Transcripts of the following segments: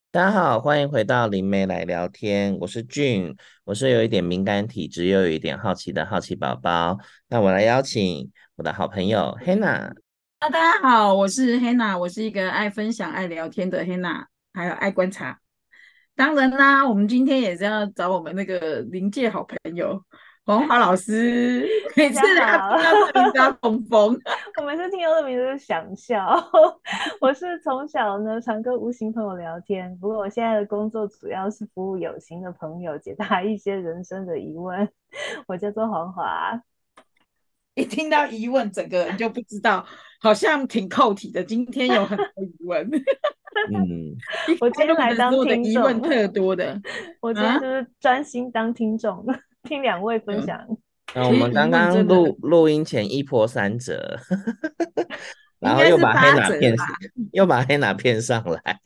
大家好，欢迎回到灵媒来聊天，我是俊，我是有一点敏感体质又有一点好奇的好奇宝宝。那我来邀请我的好朋友 Hannah。 大家好，我是 Hannah，我是一个爱分享、爱聊天的 Hannah，还有爱观察。当然啦，我们今天也是要找我们那个灵界好朋友黄华老师。每次大家好， 他听到这个名字要疯疯。 我每次听到这名字就想笑。我是从小呢常跟无形朋友聊天，不过我现在的工作主要是服务有形的朋友，解答一些人生的疑问。我叫做黄华。 一听到疑问，整个人就不知道，好像挺扣题的。今天有很多疑问。 嗯， 一我今天开录的时来当候的疑问听众， 特多的我今天啊， 就是专心当听众，听两位分嗯， 享。 那我其实们刚刚疑问真的录音前一波三折，然应该是后又把八 Hannah 骗， 折吧。 又把 Hannah 骗上来。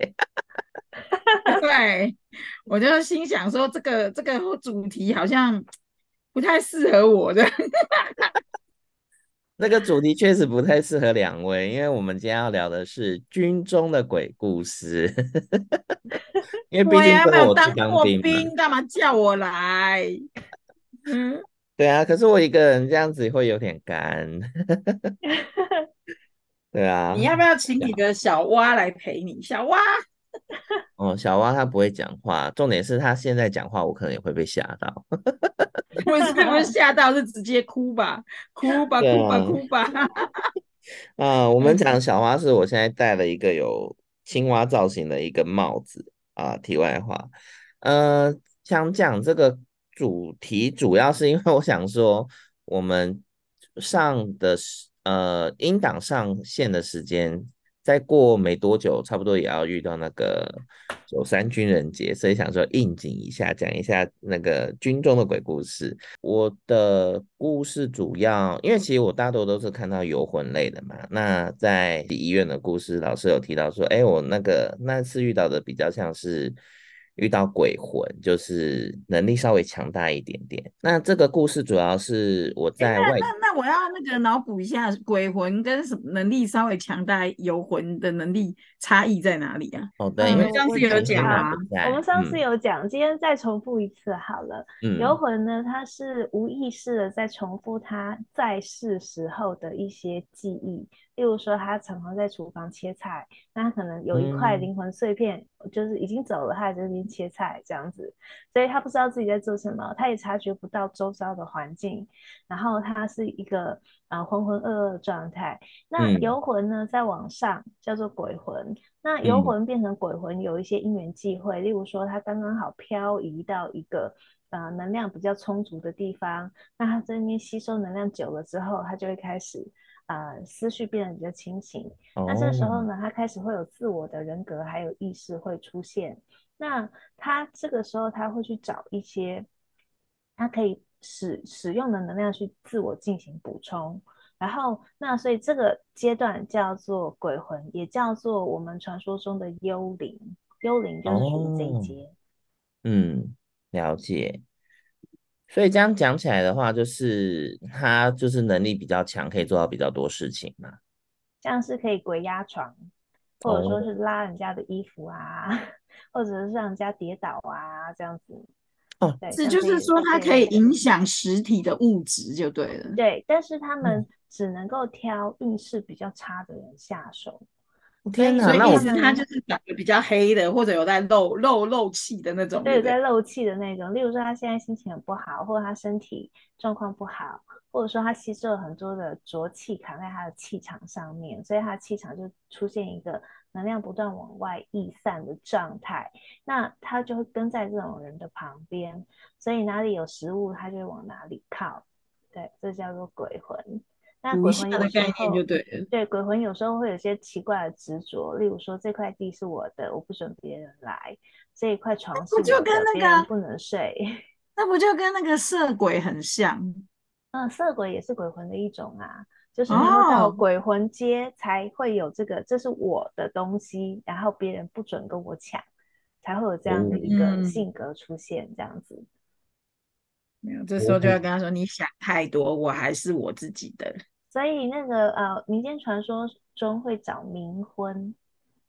对，我就心想说，这个主题好像不太适合我的。 那个主题确实不太适合两位，因为我们今天要聊的是军中的鬼故事。因为毕我竟只有也没有当我去当兵嘛。 过兵，干嘛叫我来？嗯， 对啊，可是我一个人这样子会有点干。对啊。 你要不要请你的小蛙来陪你？小蛙， 哦，小蛙他不会讲话，重点是他现在讲话，我可能也会被吓到。 不是吓到，是直接哭吧，哭吧，哭吧， 对啊。 哭吧。 我们嗯， 讲小蛙是我现在戴了一个有青蛙造型的一个帽子啊。题外话，想讲这个主题，主要是因为我想说，我们音档上线的时间，再过没多久，差不多也要遇到那个93军人节，所以想说应景一下，讲一下那个军中的鬼故事。我的故事主要，因为其实我大多都是看到游魂类的嘛。那在医院的故事，老师有提到说，哎，我那次遇到的比较像是遇到鬼魂，就是能力稍微强大一点点。那这个故事主要是我哎， 在外。 那我要那个脑补一下，鬼魂跟什么能力稍微强大游魂的能力差异在哪里啊？ 哦，对，因你们为我我上次有讲黑娜好， 吗？ 不在。 我们上次嗯有讲，今天再重复一次好了。游嗯魂呢，它是无意识的在重复他在世时候的一些记忆，例如说他常常在厨房切菜，那他可能有一块嗯灵魂碎片，就是已经走了，他还在那边切菜这样子，所以他不知道自己在做什么，他也察觉不到周遭的环境，然后他是一个浑浑噩噩的状态。那嗯游魂呢，在往上叫做鬼魂。那游嗯魂变成鬼魂有一些因缘际会，例如说他刚刚好漂移到一个能量比较充足的地方，那他在那边吸收能量久了之后，他就会开始思绪变得比较清醒。那这时候哦呢，他开始会有自我的人格还有意识会出现。那他这个时候他会去找一些他可以使用的能量去自我进行补充。然后，那所以这个阶段叫做鬼魂，也叫做我们传说中的幽灵。幽灵就是属于这一哦。 阶。 嗯，了解。所以这样讲起来的话，就是他就是能力比较强，可以做到比较多事情嘛。 像是可以鬼压床，或者说哦是拉人家的衣服啊，或者是让人家跌倒啊，这样子。 哦。 对， 是，就是像说它可以这一类的。 影响实体的物质，就对了。 对，但是他嗯， 们只能够挑运势比较差的人下手，所天哪， 以所以那我意思它就他们是长得比较黑的，或者有在漏气的那种，对对， 不对？ 在漏气的那种，例如说他现在心情很不好，或者他身体状况不好，或者说他吸收了很多的浊气卡在他的气场上面，所以他的气场就出现一个能量不断往外溢散的状态。那他就会跟在这种人的旁边，所以哪里有食物，他就会往哪里靠。对，这叫做鬼魂。那无下鬼魂有的概念就时候， 对了。 对，鬼魂有时候会有些奇怪的执着，例如说这块地是我的，我不准别人来。这一块床不就是我的， 跟那个， 别人不能睡。 那不就跟那个色鬼很像嗯，色鬼也是鬼魂的一种啊，就是你要到哦？ 鬼魂街才会有这个，这是我的东西，然后别人不准跟我抢，才会有这样的一哦个嗯， 性格出现，这样子。 没有，这时候就要跟哦他说，你想太多，我还是我自己的。 所以那个民间传说中会找冥婚，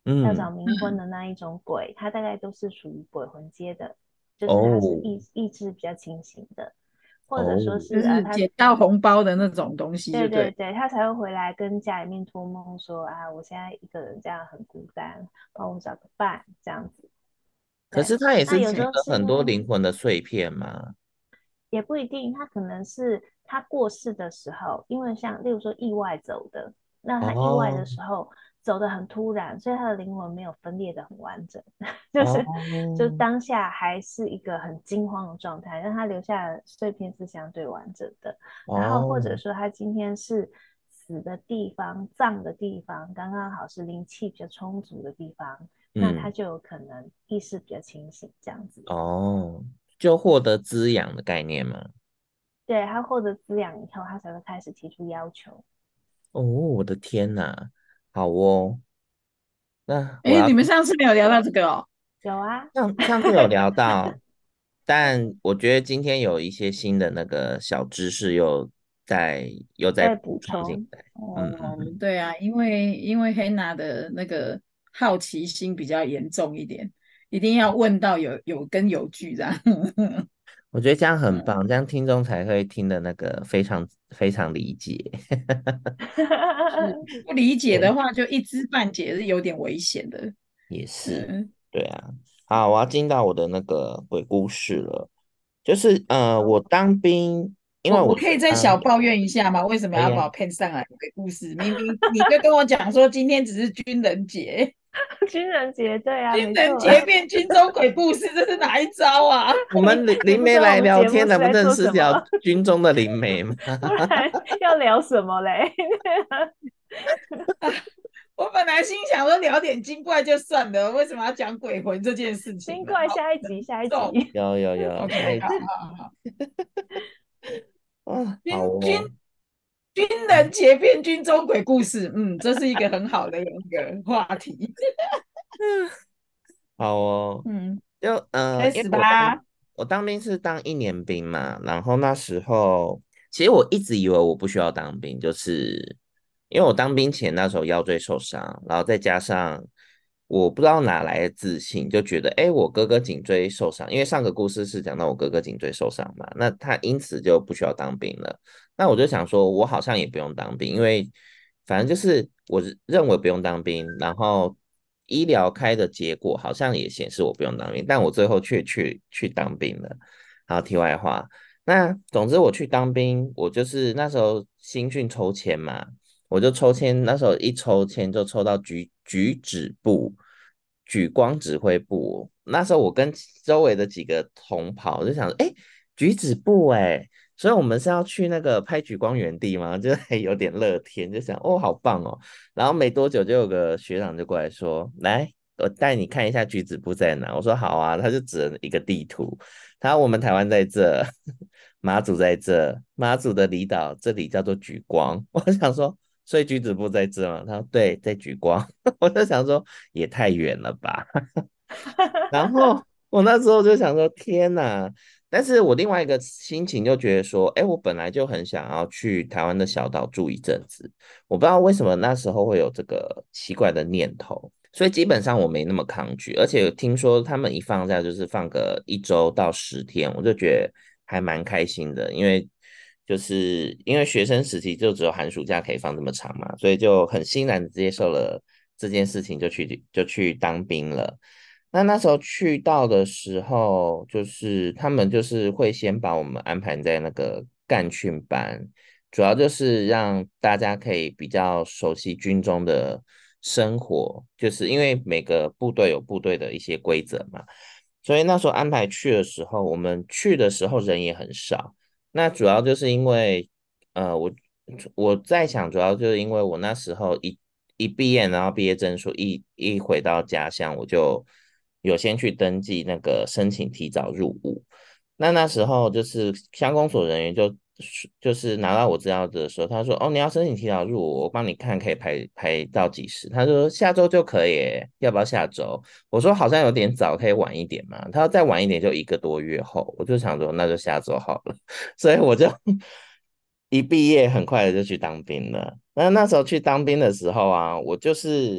要找嗯， 冥婚的那一种鬼，它大概都是属于鬼魂阶的，就是它是哦意志比较清醒的，或者说哦， 是就是他捡到红包的那种东西，就对。 对对对，他才会回来跟家里面托梦说啊，我现在一个人这样很孤单，帮我找个伴这样子。对， 可是他也那是取有时候是了很多灵魂的碎片嘛。 也不一定，他可能是他过世的时候，因为像例如说意外走的，那他意外的哦时候走的很突然，所以他的灵魂没有分裂的很完整，就是就哦当下还是一个很惊慌的状态，让他留下的碎片是相对完整的。然后或者哦， 说他今天是死的地方、葬的地方，刚刚好是灵气比较充足的地方，那他嗯就有可能意识比较清醒这样子。 哦，就获得滋养的概念嘛。 对，他获得滋养以后，他才会开始提出要求。 哦，我的天哪，好哦，那我哎， 要你们上次没有聊到这个哦。 有啊， 上次有聊到，但我觉得今天有一些新的那个小知识在又在再补补充。 充进来。 哦， 嗯， 对啊，因为黑娜的那个好奇心比较严重一点，一定要问到有根有据这样。 我觉得这样很嗯， 棒，这样听众才会听的那个非常非常理解。 是不理解的对， 话，就一知半解是有点危险的。 也是， 嗯， 对啊。好，我要进到我的那个鬼故事了。就是我好， 当兵，因为我我可以再小抱怨一下吗？为什么可以啊。 要把我骗上来鬼故事？明明你就跟我讲说今天只是军人节， 军人节，对啊， 军没错。 人节变军中鬼故事，这是哪一招啊？ 我你们灵媒你不知道我来聊天， 们节目是能不能在做是聊什么， 军中的灵媒吗？ 不然要聊什么嘞？ 我本来心想说聊点精怪就算了，为什么要讲鬼魂这件事情呢？ 精怪好下一集，下一集。 重。 有，下 OK，好一集好好。 啊， 军好哦， 军军人结变军中鬼故事，这是一个很好的一个话题。 好哦， 嗯， 就因为开始吧。 我当兵是当1年兵嘛，然后那时候其实我一直以为我不需要当兵，就是因为我当兵前那时候腰椎受伤，然后再加上我不知道哪来的自信，就觉得我哥哥颈椎受伤，因为上个故事是讲到我哥哥颈椎受伤嘛，那他因此就不需要当兵了。那我就想说，我好像也不用当兵，因为反正就是我认为不用当兵，然后医疗开的结果好像也显示我不用当兵，但我最后却去当兵了。好，题外话，那总之我去当兵，我就是那时候新训抽签嘛，我就抽签，那时候一抽签就抽到举止部、举光指挥部。那时候我跟周围的几个同袍就想说，举止部所以我们是要去那个拍举光原地吗？就还有点乐天，就想哦，好棒哦。然后没多久就有个学长就过来说，来，我带你看一下举止部在哪。我说好啊，他就指了一个地图，他说我们台湾在这，马祖在这，马祖的离岛这里叫做举光。我想说，所以举止部在这吗？他说对，在举光。我就想说，也太远了吧。然后我那时候就想说，天哪！但是我另外一个心情就觉得说，我本来就很想要去台湾的小岛住一阵子，我不知道为什么那时候会有这个奇怪的念头，所以基本上我没那么抗拒，而且听说他们一放假就是放个1周到10天，我就觉得还蛮开心的，就是因为学生时期就只有寒暑假可以放这么长嘛，所以就很欣然的接受了这件事情，就去当兵了。那时候去到的时候，就是他们就是会先把我们安排在那个干训班，主要就是让大家可以比较熟悉军中的生活，就是因为每个部队有部队的一些规则嘛，所以那时候安排去的时候，我们去的时候人也很少。那主要就是因为，我在想，主要就是因为我那时候一毕业，然后毕业证书一回到家乡，我就有先去登记那个申请提早入伍。那时候就是乡公所人员就是拿到我资料的时候，他说：“哦，你要申请提早入伍，我帮你看可以排到几时。”他说：“下周就可以耶，要不要下周？”我说：“好像有点早，可以晚一点嘛。”他说：“再晚一点就1个多月后。”我就想说：“那就下周好了。”所以我就一毕业很快的就去当兵了。那时候去当兵的时候啊，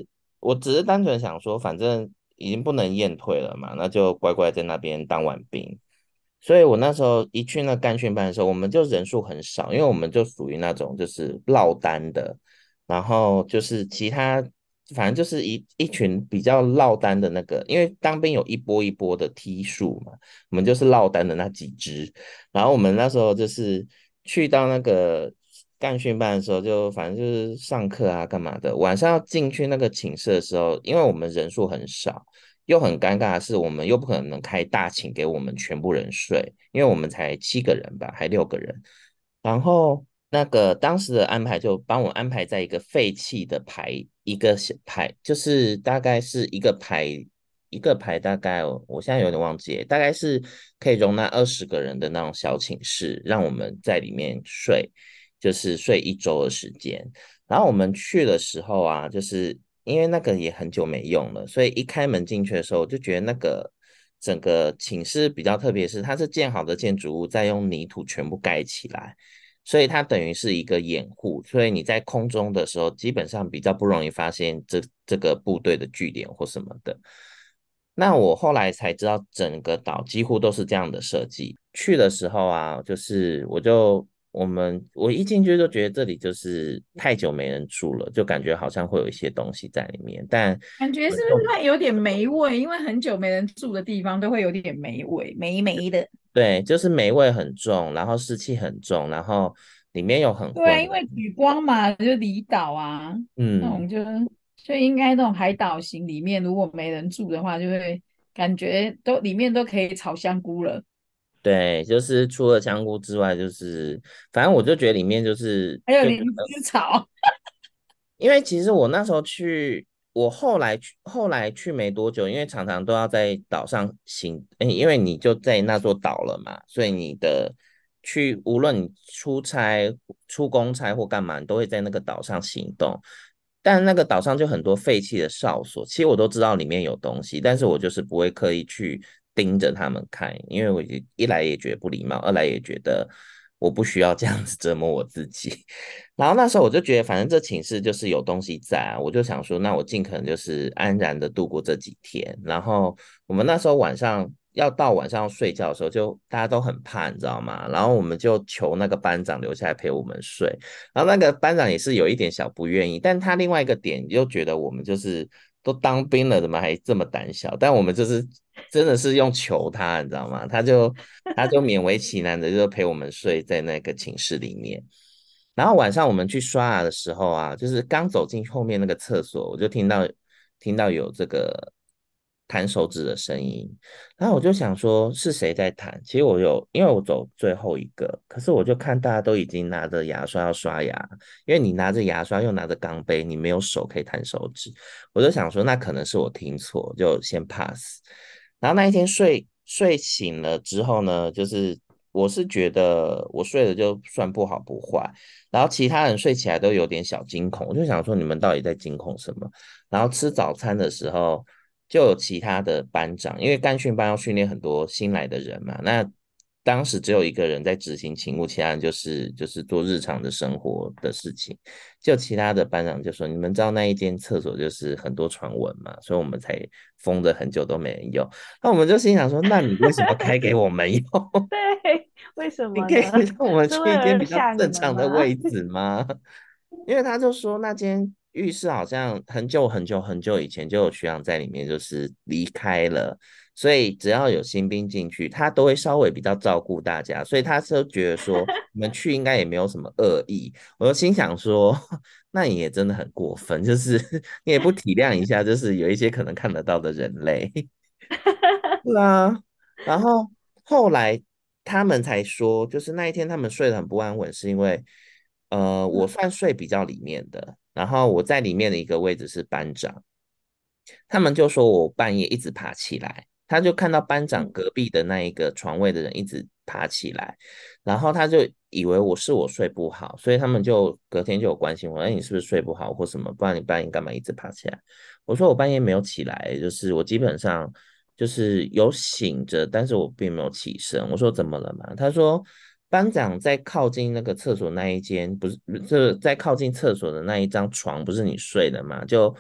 我只是单纯想说，反正已经不能验退了嘛，那就乖乖在那边当完兵。所以我那时候一去那干训班的时候，我们就人数很少，因为我们就属于那种就是落单的，然后就是其他反正就是一群比较落单的那个，因为当兵有一波一波的梯数嘛，我们就是落单的那几只。然后我们那时候就是去到那个干训班的时候，就反正就是上课啊干嘛的，晚上要进去那个寝室的时候，因为我们人数很少。又很尴尬的是，我们又不可能开大寝给我们全部人睡，因为我们才7个人吧，还6个人。然后那个当时的安排就帮我安排在一个废弃的一个小排，就是大概是一个排大概我现在有点忘记了，大概是可以容纳20个人的那种小寝室，让我们在里面睡，就是睡1周的时间。然后我们去的时候啊，就是因为那个也很久没用了，所以一开门进去的时候，我就觉得那个整个寝室比较特别，是它是建好的建筑物，再用泥土全部盖起来，所以它等于是一个掩护，所以你在空中的时候，基本上比较不容易发现这个部队的据点或什么的。那我后来才知道，整个岛几乎都是这样的设计。去的时候啊，就是我一进去就觉得这里就是太久没人住了，就感觉好像会有一些东西在里面。但感觉是不是会有点霉味？因为很久没人住的地方都会有点霉味，霉霉的。 对，就是霉味很重，然后湿气很重，然后里面又很对啊， 昏。 因为举光嘛，就离岛啊，那嗯， 种就应该那种海岛型里面，如果没人住的话，就会感觉里面都可以炒香菇了。 对，就是除了香菇之外，就是反正我就觉得里面就是就还有灵芝草。 因为其实我那时候去，我后来去没多久，因为常常都要在岛上行，因为你就在那座岛了嘛，所以无论你出差、出公差或干嘛，你都会在那个岛上行动。但那个岛上就很多废弃的哨所，其实我都知道里面有东西，但是我就是不会刻意去盯着他们看，因为一来也觉得不礼貌，二来也觉得我不需要这样子折磨我自己。然后那时候我就觉得，反正这寝室就是有东西在啊，我就想说，那我尽可能就是安然的度过这几天。然后我们那时候晚上要睡觉的时候，就大家都很怕，你知道吗？然后我们就求那个班长留下来陪我们睡。然后那个班长也是有一点小不愿意，但他另外一个点又觉得我们就是都当兵了，怎么还这么胆小？但我们就是真的是用求他，你知道吗？他就勉为其难的就陪我们睡在那个寝室里面。然后晚上我们去刷牙的时候啊，就是刚走进后面那个厕所，我就听到有这个弹手指的声音，然后我就想说是谁在弹？其实因为我走最后一个，可是我就看大家都已经拿着牙刷要刷牙，因为你拿着牙刷又拿着钢杯，你没有手可以弹手指，我就想说那可能是我听错，就先 pass。然后那一天睡醒了之后呢，就是我是觉得我睡的就算不好不坏，然后其他人睡起来都有点小惊恐，我就想说你们到底在惊恐什么？然后吃早餐的时候，就有其他的班长，因为干训班要训练很多新来的人嘛，那当时只有一个人在执行勤务，其他人就是做日常的生活的事情。就其他的班长就说：“你们知道那一间厕所就是很多传闻嘛，所以我们才封了很久都没人用。”那我们就心想说：“那你为什么开给我们用？ 对，为什你可以么呢？ 让我们是为去一间比较了吓你正们吗？ 常的位置吗？”因为他就说那间浴室好像很久很久很久以前就有学长在里面就是离开了，所以只要有新兵进去，他都会稍微比较照顾大家，所以他就觉得说你们去应该也没有什么恶意。我就心想说，那你也真的很过分，就是你也不体谅一下，就是有一些可能看得到的人类。对啊，然后后来他们才说，就是那一天他们睡得很不安稳，是因为我嗯算睡比较里面的，然后我在里面的一个位置是班长，他们就说我半夜一直爬起来，他就看到班长嗯隔壁的那一个床位的人一直爬起来，然后他就以为我睡不好，所以他们就隔天就有关心我，哎，你是不是睡不好或什么？不然你半夜干嘛一直爬起来？我说我半夜没有起来，就是我基本上就是有醒着，但是我并没有起身。我说怎么了嘛？他说班长在靠近那个厕所那一间，不是在靠近厕所的那一张床，不是你睡的吗？就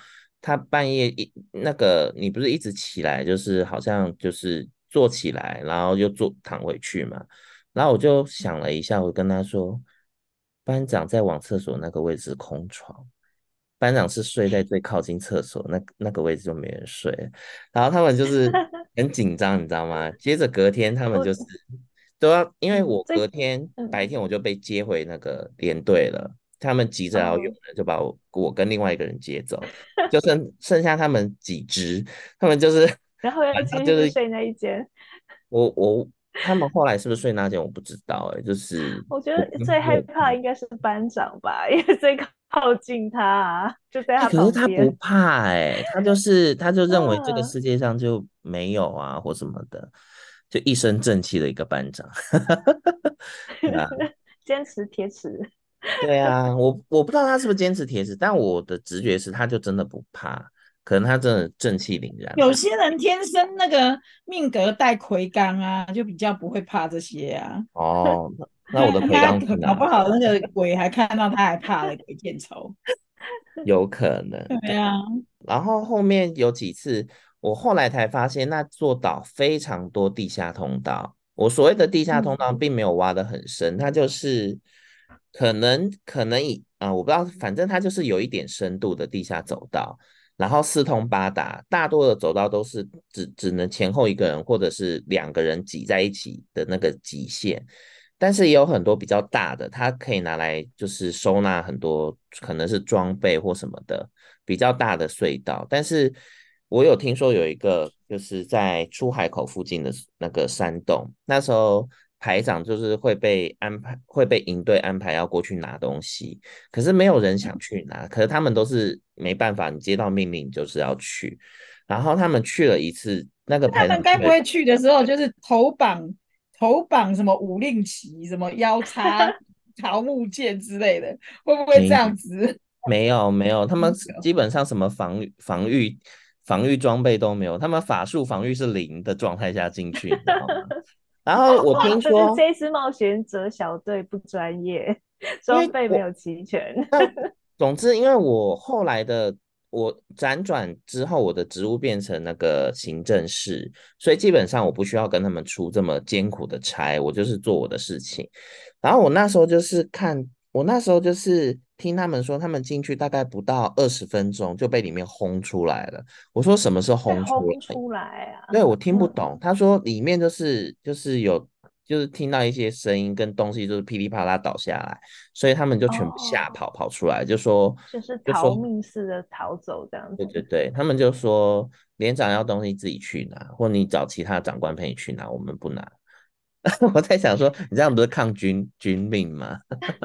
他半夜那个你不是一直起来，就是好像就是坐起来，然后又躺回去嘛。然后我就想了一下，我跟他说，班长在往厕所那个位置是空床，班长是睡在最靠近厕所那个位置就没人睡，然后他们就是很紧张，你知道吗？接着隔天他们我就是都要，因为我最隔天白嗯天我就被接回那个连队了，他们急着要用哦， 人，就把我跟另外一个人接走，就剩下他们几只，他们就是然后要晚上就是继续睡那一间。 他们后来是不是睡那间我不知道哎、就是我觉我得最害怕应该是班长吧，因为最靠近他啊，就在他可是他不旁边。 怕哎、他就认为这个嗯， 世界上就没有啊或什么的，就一身正气的一个班长。对啊， 坚持铁齿。 对啊，我不知道他是不是坚持铁齿，但我的直觉是他就真的不怕，可能他真的正气凛然吧。 有些人天生那个命格带魁罡啊，就比较不会怕这些啊。 哦，那我的魁他罡去哪了？ 搞不好那个鬼还看到他还怕了，鬼见愁。 有可能，对。 对啊， 然后后面有几次，我后来才发现，那座岛非常多地下通道。我所谓的地下通嗯， 道，并没有挖得很深，它就是可能我不知道，反正它就是有一点深度的地下走道，然后四通八达，大多的走道都是只能前后一个人或者是两个人挤在一起的那个极限。但是也有很多比较大的，它可以拿来就是收纳很多可能是装备或什么的比较大的隧道。但是我有听说有一个就是在出海口附近的那个山洞，那时候排长就是会被营队安排要过去拿东西，可是没有人想去拿，可是他们都是没办法，你接到命令就是要去。然后他们去了一次，那个排长他们该去了。 不会去的时候就是头绑什么五令旗，什么腰插桃木剑之类的，会不会这没样子？ 没有，他们基本上什么防御装备都没有，他们法术防御是零的状态下进去，你知道吗？然后我听说， 这次冒险者小队不专业， 因装备没有为齐全。 那总之，因为我后来我辗转之后，我的职务变成那个行政室，所以基本上我不需要跟他们出这么艰苦的差，我就是做我的事情。然后我那时候就是听他们说，他们进去大概不到20分钟就被里面轰出来了。我说什么是被轰出来？ 轰出来啊！ 对，我听不嗯， 懂。他说里面就是听到一些声音跟东西，就是噼里啪啦倒下来，所以他们就全部吓哦， 跑出来，就说就是就说逃命似的逃走这样子。 对对对，他们就说连长要东西自己去拿，或你找其他长官陪你去拿，我们不拿。我在想说，你这样不是抗军令吗？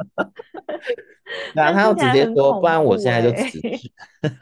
对啊， 但他要听起来很直接说，不然我恐怖现在就哎、 辞职。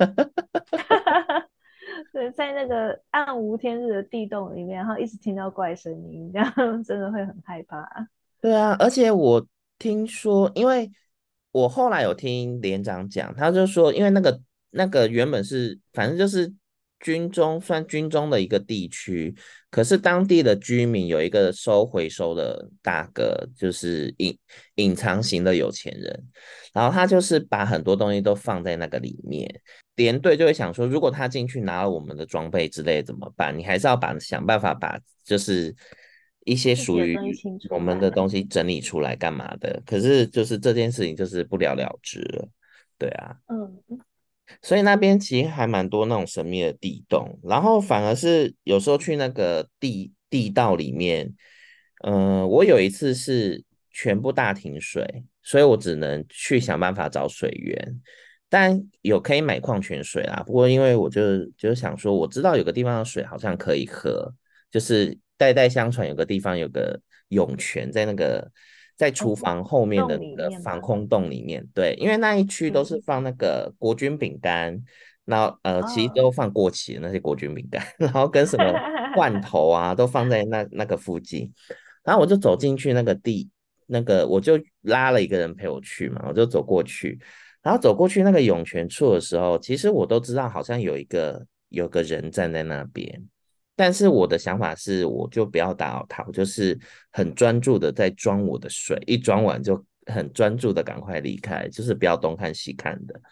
对，在那个暗无天日的地洞里面，然后一直听到怪声音，这样真的会很害怕。 对啊，而且我听说，因为我后来有听连长讲，他就说，因为那个原本是反正就是算军中的一个地区，可是当地的居民有一个回收的大哥，就是隐藏型的有钱人，然后他就是把很多东西都放在那个里面，连队就会想说，如果他进去拿了我们的装备之类怎么办？你还是要想办法把就是一些自己属于的东西清我出来。 们的东西整理出来干嘛的？可是就是这件事情就是不了了之了，对啊， 嗯， 所以那边其实还蛮多那种神秘的地洞，然后反而是有时候去那个地道里面，我有一次是全部大停水，所以我只能去想办法找水源，但有可以买矿泉水啦。不过因为我就想说，我知道有个地方的水好像可以喝，就是代代相传有个地方有个涌泉在那个在厨哦， 房后面的洞里那个面吗？ 防空洞里面，对，因为那一区都是嗯， 放那个国军饼干，那其实哦， 都放过期的那些国军饼干，然后跟什么罐头啊都放在那个附近，然后我就走进去我就拉了一个人陪我去嘛，我就走过去，然后走过去那个涌泉处的时候，其实我都知道好像有个人站在那边，但是我的想法是，我就不要打扰他，我就是很专注的在装我的水，一装完就很专注的赶快离开，就是不要东看西看的。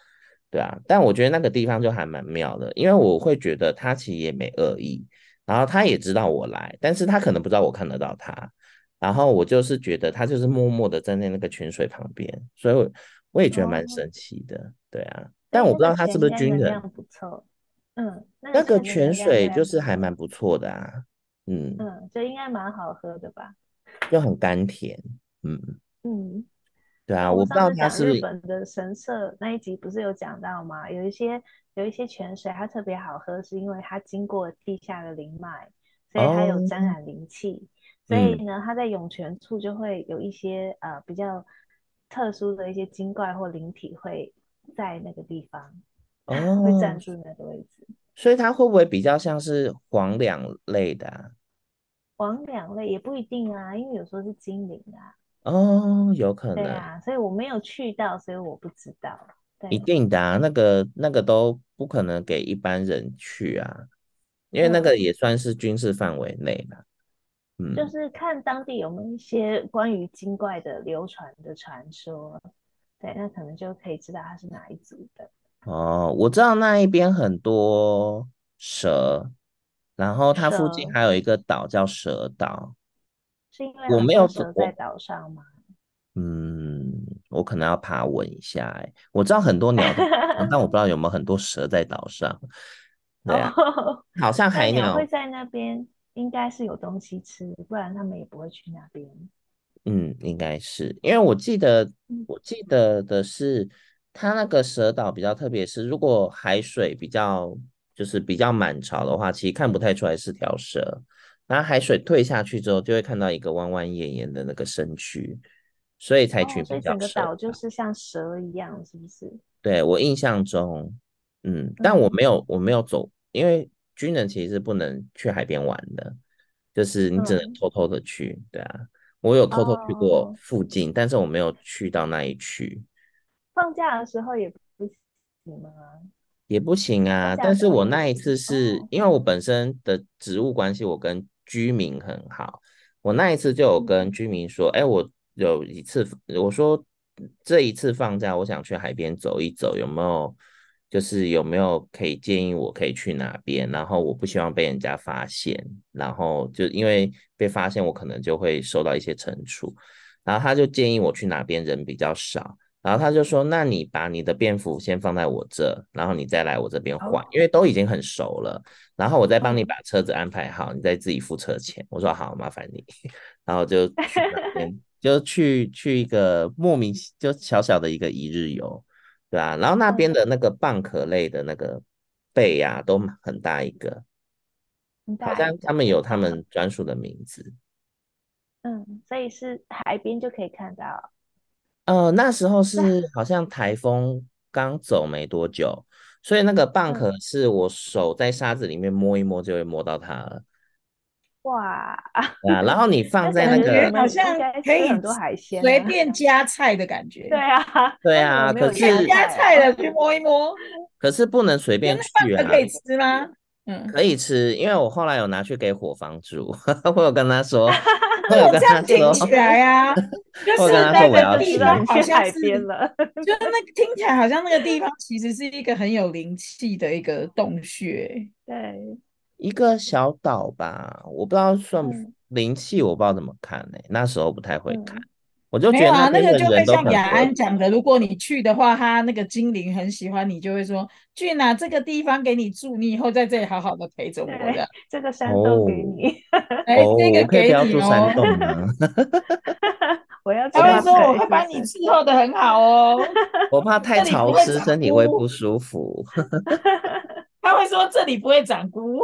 对啊，但我觉得那个地方就还蛮妙的，因为我会觉得他其实也没恶意，然后他也知道我来，但是他可能不知道我看得到他，然后我就是觉得他就是默默的站在那个泉水旁边，所以我也觉得蛮哦， 神奇的，对啊，但我不所以那个知道他是不是泉应该军人， 能量不错。那个那个泉的泉能量应该水就是不错。 还蛮不错的啊，嗯， 就应该蛮好喝的吧。 就很甘甜，嗯， 嗯。 对啊， 那我们我不知道上次讲日他是不是， 本的神社那一集，不是有讲到吗？有一些泉水它特别好喝，是因为它经过地下的灵脉，所以它有哦， 沾染灵气。所以嗯， 呢，它在涌泉处就会有一些比较特殊的一些精怪或灵体会在那个地方，会哦， 站住那个位置。 所以它会不会比较像是黄两类的啊？ 黄两类也不一定啊，因为有时候是精灵啊。 哦，有可能， 对啊，所以我没有去到，所以我不知道。 一对。 定的啊，那个都不可能给一般人去啊，因为那个嗯。 也算是军事范围内啦。嗯， 就是看当地有没有一些关于精怪的流传的传说。对，那可能就可以知道它是哪一族的。 哦，我知道那一边很多蛇，然后它附近蛇还有一个岛叫蛇岛， 是因为我没有很多走我蛇在岛上吗？ 嗯，我可能要爬文一下哎，我知道很多鸟在岛上，但我不知道有没有很多蛇在岛上。对啊， 哦， 好像那海鸟鸟会在那边，应该是有东西吃，不然他们也不会去那边。 嗯，应该是，因为我记得， 嗯。 我记得的是，它那个蛇岛比较特别，是如果海水就是比较满潮的话，其实看不太出来是条蛇，然后海水退下去之后，就会看到一个弯弯眼眼的那个身躯，所以才取哦，所以名叫整个岛就蛇岛。 是像蛇一样，是不是？ 对，我印象中，但我嗯没有走，因为军人其实是不能去海边玩的，就是你只能嗯。 偷偷的去，对啊，我有偷偷去过哦， 附近，但是我没有去到那一区， 放假的时候也不行吗？ 也不行啊。 放假的时但是我候也不行那一次是哦。 因为我本身的职务关系，我跟居民很好。我那一次就有跟嗯。 居民说，哎，我有一次我说这一次放假，我想去海边走一走，有没有可以建议我可以去哪边？然后我不希望被人家发现，然后就因为被发现，我可能就会受到一些惩处。然后他就建议我去哪边人比较少。然后他就说：“那你把你的便服先放在我这，然后你再来我这边换，因哦。 为都已经很熟了。然后我再帮你嗯。 把车子安排好，你再自己付车钱。”我说：“好，麻烦你。”然后就去那边，就去一个莫名其就小小的一个一日游，对啊。然后那边嗯， 的那个蚌壳类的那个贝呀、都很大一个， 很好大一个。 像他们有他哦。 们专属的名字。 所以是海边就可以看到。 那时候是。 是好像台风刚走没多久，所以那个蚌壳嗯。 是我手在沙子里面摸一摸就会摸到它了。 哇。 对啊，然后你放那在感觉你那个， 感觉好们应像可以该吃很多海鲜呢。 随便加菜的感对觉， 啊。 对那你们啊， 没有加随便加菜哦？ 菜的去摸一摸， 可是不能随就便那饭去啊， 可以吃吗？嗯， 可以吃，因为我后来有拿去给伙房煮，我有跟他说，我有我这样跟他说， 听起来啊，就我有跟是那他说我要个地方就知道你去。 好像是， 去海边了。 就是那个听起来好像那个地方其实是一个很有灵气的一个洞穴。 对。 一个小岛吧，我不知道算嗯灵气，我不知道怎么看呢、那时候不太会看， 嗯。 我就觉得那没有啊，那边的人个就会都很和像雅安讲的，如果你去的话，他那个精灵很喜欢你，就会说俊啊，这个地方给你住，你以后在这里好好的陪着我对， 的。 这个山洞给哦你。 哎， 哦， 这个我可以不给要住山你哦， 洞吗？ 我要去他会那说我会里是不是？ 把你伺候的很好哦， 我怕太这里不潮湿， 会长身体会不菇， 舒服。 他会说这里不会长菇。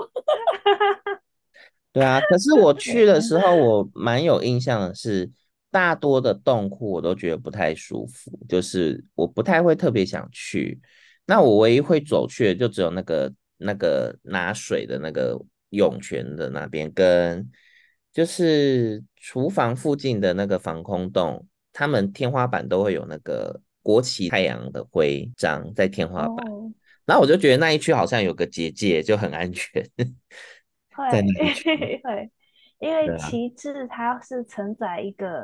对啊，可是我去对， 的时候，我蛮有印象的是，大多的洞窟我都觉得不太舒服，就是我不太会特别想去。那我唯一会走去的就只有那个拿水的那个涌泉的那边，跟就是厨房附近的那个防空洞，他们天花板都会有那个国旗太阳的徽章在天花板， 哦， 然后我就觉得那一区好像有个结界，就很安全，在那会一区。 会，因为对啊。 旗帜它是承载一个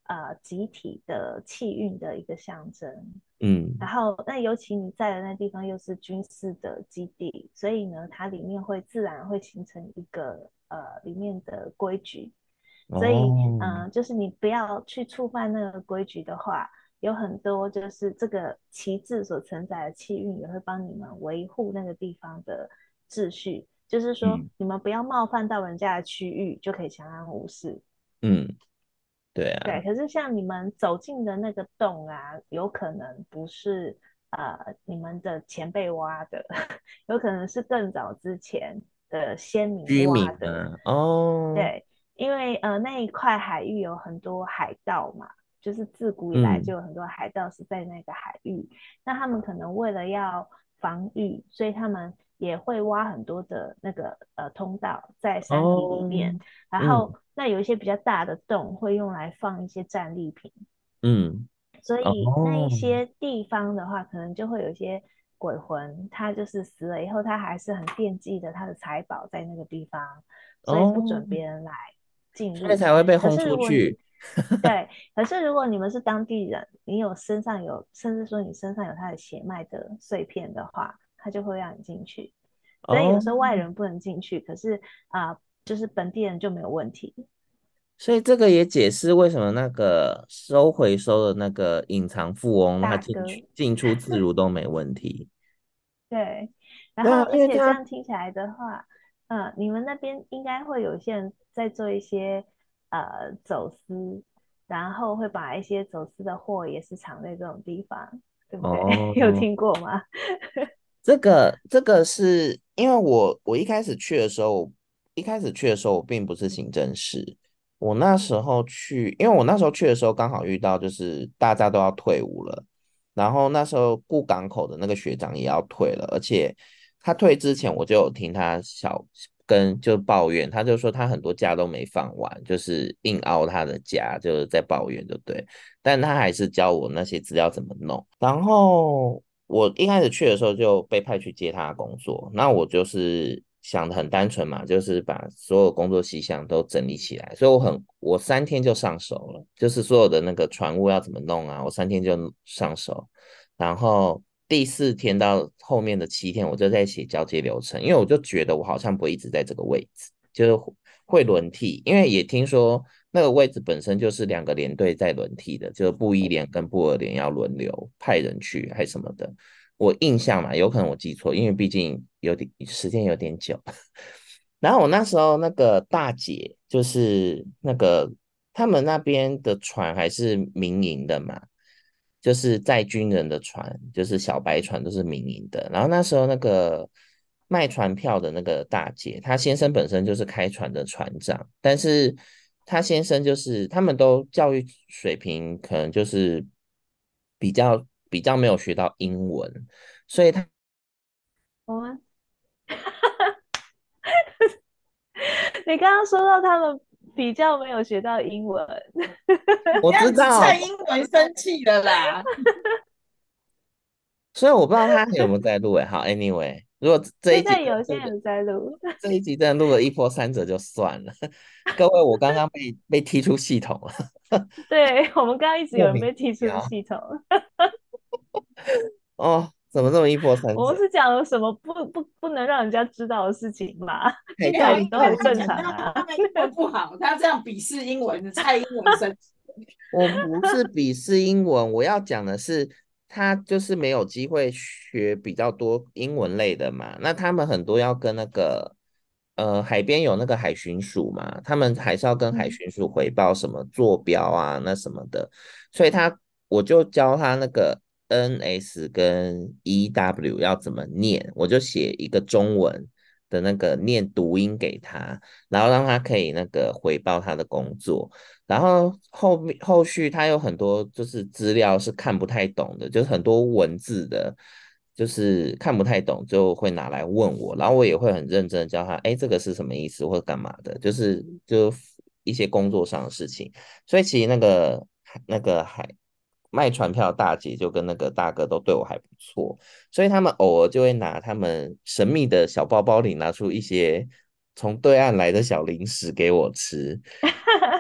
集体的气运的一个象征。然嗯后那尤其你在的那地方又是军事的基地，所以呢，它里面会自然会形成一个里面的规矩。所以哦就是你不要去触犯那个规矩的话，有很多就是这个旗帜所承载的气运也会帮你们维护那个地方的秩序。就是说， 嗯你们不要冒犯到人家的区域，就可以相安无事。 嗯，对啊， 对，可是像你们走进的那个洞啊，有可能不是你们的前辈挖的，有可能是更早之前的先民居挖的。 民嘛，哦， 对，因为那一块海域有很多海盗嘛，就是自古以来就嗯有很多海盗是在那个海域，那他们可能为了要防御，所以他们也会挖很多的那个通道在山体里哦， 面。然后嗯那有一些比较大的洞会用来放一些战利品， 嗯， 所以那一哦， 些地方的话，可能就会有一些鬼魂，他就是死了以后，他还是很惦记着他的财宝在那个地方，所以不哦， 准别人来进所以入。 才会被轰可是如果你出去。 对，可是如果你们是当地人，你有身上有，甚至说你身上有他的血脉的碎片的话，他就会让你进去。所以有哦， 时候外人不能进去，可是就是本地人就没有问题。 所以这个也解释为什么那个收回收的那个隐藏富翁，他大哥， 进出自如都没问题。 对，然对啊， 后而且这因为他样听起来的话，你们那边应该会有一些人在做一些走私，然后会把一些走私的货也是藏在这种地方，对不对？有哦， 听过吗？ 这个是因为我一开始去的时候，我并不是行政室。我那时候去，因为我那时候去的时候刚好遇到就是大家都要退伍了，然后那时候顾港口的那个学长也要退了，而且他退之前我就有听他就抱怨，他就说他很多假都没放完，就是硬凹他的假，就是在抱怨，就对。但他还是教我那些资料怎么弄。然后我一开始去的时候就被派去接他的工作，那我就是想的很单纯嘛，就是把所有工作细项都整理起来，所以我3天就上手了，就是所有的那个船务要怎么弄啊，我3天就上手。然后第4天到后面的7天，我就在写交接流程，因为我就觉得我好像不会一直在这个位置，就是会轮替，因为也听说那个位置本身就是2个连队在轮替的，就是布一连跟布二连要轮流派人去还是什么的。我印象嘛，有可能我记错，因为毕竟时间有点久。然后我那时候那个大姐就是那个他们那边的船还是民营的嘛，就是载军人的船，就是小白船都是民营的。然后那时候那个卖船票的那个大姐，她先生本身就是开船的船长，但是她先生就是他们都教育水平可能就是比较没有学到英文，所以他我们你刚刚说到他们比较没有学到英文， 我这样子知道， 蔡英文生气了啦。 所以我不知道他还有没有在录诶。好，anyway，如果这一现集在有些人在录。 这一集真的录了一波三折就算了。各位，我刚刚被踢出系统了， 对，我们刚刚一直有莫名人被踢出其妙系统， 哦，怎么这么一波三折？ 我们是讲了什么不能让人家知道的事情吧？听起没有， 来都很没有，因为他正常讲到他啊。 们英文不好，他这样鄙视英文，蔡英文生气。 我不是鄙视英文，我要讲的是，他就是没有机会学比较多英文类的嘛。那他们很多要跟那个海边有那个海巡署嘛，他们还是要跟海嗯， 巡署回报什么坐标啊那什么的，所以我就教他那个 NS 跟 EW 要怎么念，我就写一个中文的那个念读音给他，然后让他可以那个回报他的工作。然后后续他有很多就是资料是看不太懂的，就是很多文字的，就是看不太懂，就会拿来问我，然后我也会很认真的教他，哎，这个是什么意思或者干嘛的，就一些工作上的事情。所以其实那个卖船票的大姐就跟那个大哥都对我还不错，所以他们偶尔就会拿他们神秘的小包包里拿出一些从对岸来的小零食给我吃。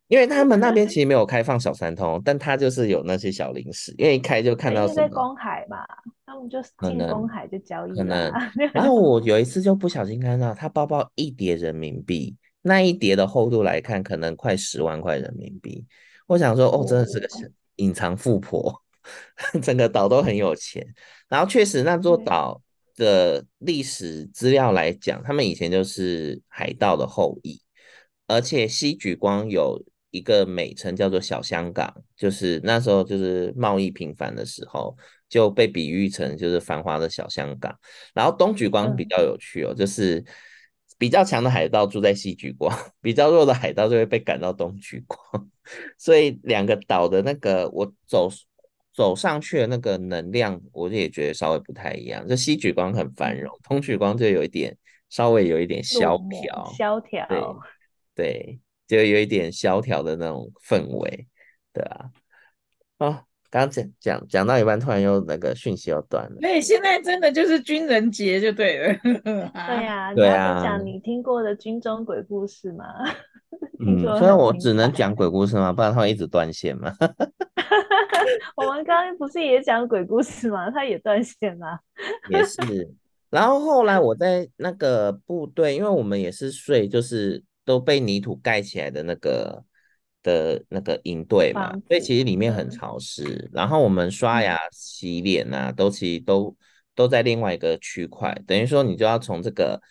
因为他们那边其实没有开放小三通，但他就是有那些小零食，因为一开就看因到什么为在公海嘛，他们就进公可能海就交易啦。 可能，然后我有一次就不小心看到他包包一叠人民币，那一叠的厚度来看，可能快10万块人民币。我想说，哦，真的是个哦， 隐藏富婆，整个岛都很有钱。然后确实那座对， 岛的历史资料来讲，他们以前就是海盗的后裔，而且西莒光有一个美称叫做小香港，就是那时候就是贸易频繁的时候，就被比喻成就是繁华的小香港。然后东莒光比嗯， 较有趣哦，就是比较强的海盗住在西莒光，比较弱的海盗就会被赶到东莒光，所以两个岛的那个我走上去的那个能量，我也觉得稍微不太一样。就西莒光很繁荣，东莒光就有一点稍微有一点萧落寞条， 萧条。 对对，就有一点萧条的那种氛围，对啊。哦，刚刚讲到一半，突然又那个讯息又断了。 所以现在真的就是军人节就对了啊。 对呀，你要分对啊， 享你听过的军中鬼故事吗？听嗯， 说所以很精我只能讲彩。 鬼故事吗？不然它会一直断线嘛。 我们刚刚不是也讲鬼故事吗？他也断线了。 也是。然后后来我在那个部队，因为我们也是睡，就是都被泥土盖起来的那个营队嘛， 房子， 所以其实里面很嗯潮湿。然后我们刷牙、 嗯洗脸啊，其实都在另外一个区块，等于说你就要从这个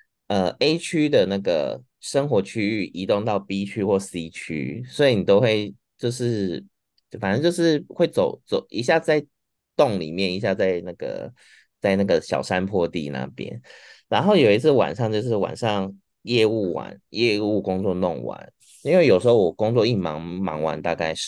A 区的那个生活区域移动到 B 区或 C 区，所以你都会反正就是会走一下在洞里面，一下在那个小山坡地那边。然后有一次晚上就是晚上业务工作弄完，因为有时候我工作一忙完大概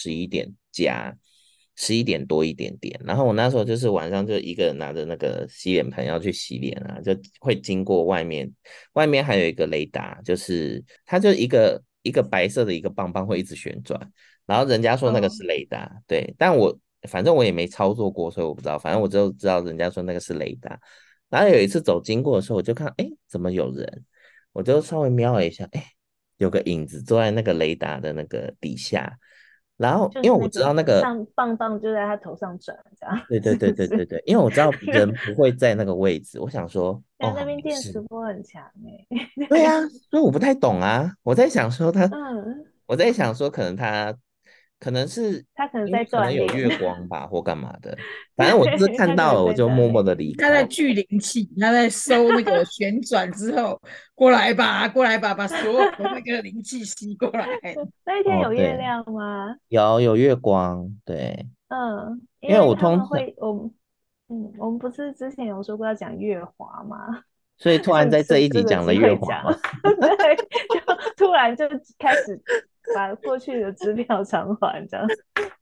11点多一点点，然后我那时候就是晚上就一个人拿着那个洗脸盆要去洗脸啊，就会经过外面，外面还有一个雷达，就是它就一个白色的一个棒棒会一直旋转，然后人家说那个是嗯， 雷达，对，但反正我也没操作过，所以我不知道，反正我就知道人家说那个是雷达。然后有一次走经过的时候，我就看，哎，怎么有人？我就稍微瞄了一下，哎，有个影子坐在那个雷达的那个底下。然后，因为我就是那个知道那个， 上棒棒就在他头上转，这样对对对是不是？ 对对对，因为我知道人不会在那个位置，我想说，哦， 但那好边电磁没事。 波很强哎、 对啊，所以我不太懂啊。 嗯， 我在想说，可能是他可能在因为可能锻炼， 有月光吧，或干嘛的。反正我就是对，他可能看到了，我就默默在锻炼。 的离开。 他在聚灵气，他在收那个旋转之后，过来吧，过来吧，把所有的那个灵气吸过来。 那一天哦， 有月对， 亮吗？ 有月光，对， 嗯，因因为为我通常， 他们会，我们不是之前有说过要讲月华吗？ 所以突然在这趁一集讲了这个机月华嘛。 会讲，对，就突然就开始把过去的资料偿还，这样。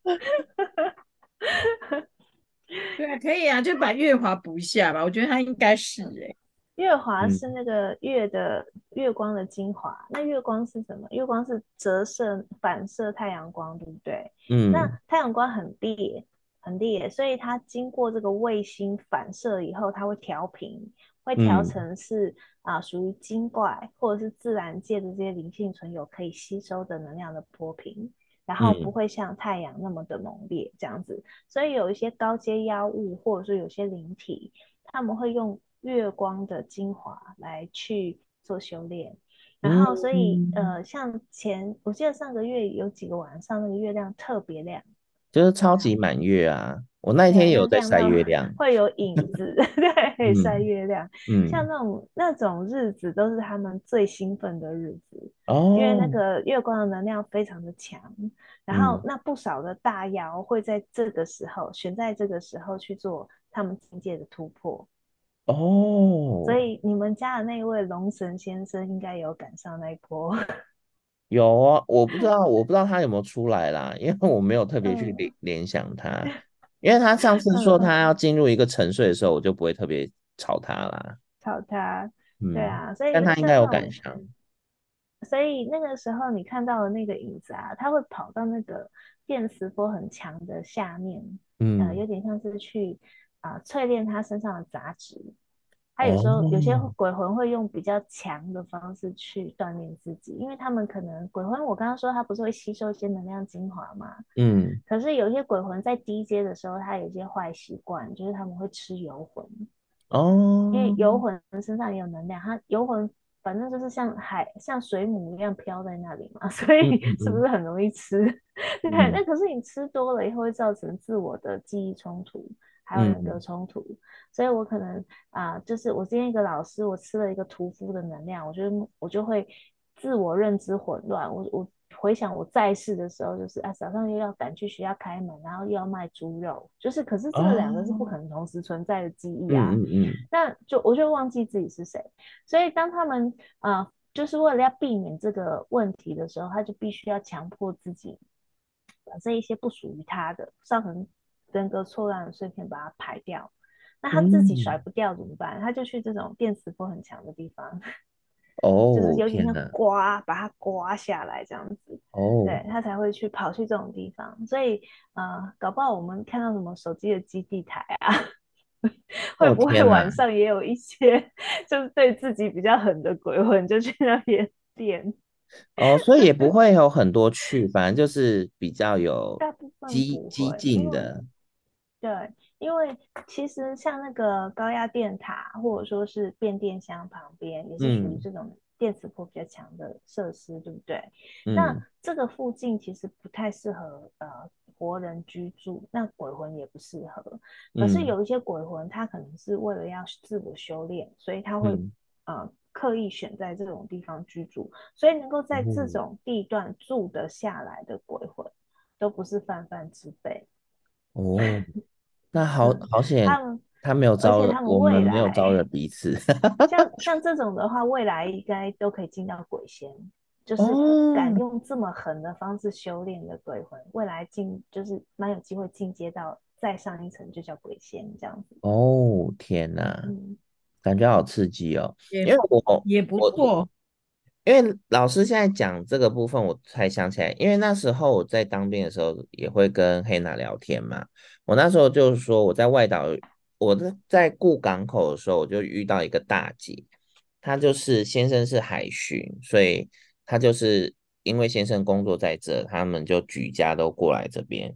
对啊，可以啊，就把月华补一下吧。我觉得他应该是月华嗯是那个月光的精华，那月光是什么？月光是折射反射太阳光，对不对？那嗯太阳光很烈，很烈，所以它经过这个卫星反射以后，它会调频，会调嗯成是属于精怪或者是自然界的这些灵性存有可以吸收的能量的波频，然后不嗯会像太阳那么的猛烈这样子。所以有一些高阶妖物或者说有些灵体，他们会用月光的精华来去做修炼。然后，所以嗯， 像我记得上个月有几个晚上，那个月亮特别亮， 就是超级满月啊。我那一天对， 也有在晒那亮到月亮。 会有影子，对，晒嗯月亮。像嗯， 那种日子都是他们最兴奋的日子，因为那哦， 个月光的能量非常的强，然后嗯那不少的大妖会在这个时候选在这个时候去做他们境界的突破。所哦， 以你们家的那位龙神先生应该有赶上那一波。 有啊，我不知道他有没有出来啦，因为我没有特别去嗯联想他，因为他上次说嗯， 他要进入一个沉睡的时候，我就不会特别吵他啦。 吵他，对嗯， 啊，所以但他应该有像那种， 赶上。 所以那个时候你看到的那个影子啊，它会跑到那个电磁波很强的下面， 嗯有点像是去淬炼它身上的杂质， 他有时候有些哦， 鬼魂会用比较强的方式去锻炼自己，因为他们可能鬼魂，我刚刚说他不是会吸收一些能量精华吗？ 嗯， 可是有一些鬼魂在低阶的时候，他有一些坏习惯，就是他们会吃游魂，因为哦， 游魂身上也有能量，它游魂反正就是像海、像水母一样飘在那里嘛，所嗯以是不嗯是很容易吃？对， 嗯那可是你吃多了以后会造成自我的记忆冲突，还有人格嗯冲突，所以我可能就是我今天一个老师，我吃了一个屠夫的能量，我就会自我认知混乱，我回想我在世的时候，就是早上又要赶去学校开门，然后又要卖猪肉，就是可是这两个是不哦， 可能同时存在的记忆啊， 嗯嗯嗯那我就忘记自己是谁，所以当他们就是为了要避免这个问题的时候，他就必须要强迫自己把这一些不属于他的造成人格错乱的碎片把它排掉。那他自己甩嗯， 不掉怎么办？他就去这种电磁波很强的地方，就是哦， 有点像天哪， 把它刮下来这样子， 哦， 对他才会跑去这种地方。所以搞不好我们看到什么手机的基地台啊，会哦， 不会天哪， 晚上也有一些就是对自己比较狠的鬼魂就去那边练？ 哦，所以也不会有很多去，反正就是比较有大部分不激会，因为进的， 对，因为其实像那个高压电塔，或者说是变电箱旁边，也是属于嗯这种电磁波比较强的设施，对不对？那嗯这个附近其实不太适合活人居住，那鬼魂也不适合。可是嗯有一些鬼魂，他可能是为了要自我修炼，所以他会嗯， 刻意选在这种地方居住，所以能够在这哦种地段住得下来的鬼魂，都不是泛泛之辈。 哦，那好嗯， 好险， 他们， 他没有而且招惹，我们他们未没有招惹来彼此。 像这种的话，未来应该都可以进到鬼仙，就是敢哦用这么狠的方式修炼的鬼魂，未来就是蛮有机会进阶到再上一层，就叫鬼仙这样子。 哦，天哪， 嗯， 感觉好刺激哦！因也为我也不我错。 因为老师现在讲这个部分，我才想起来，因为那时候我在当兵的时候也会跟黑娜聊天嘛。我那时候就是说我在外岛，我在顾港口的时候，我就遇到一个大姐，她就是先生是海巡，所以她就是因为先生工作在这，他们就举家都过来这边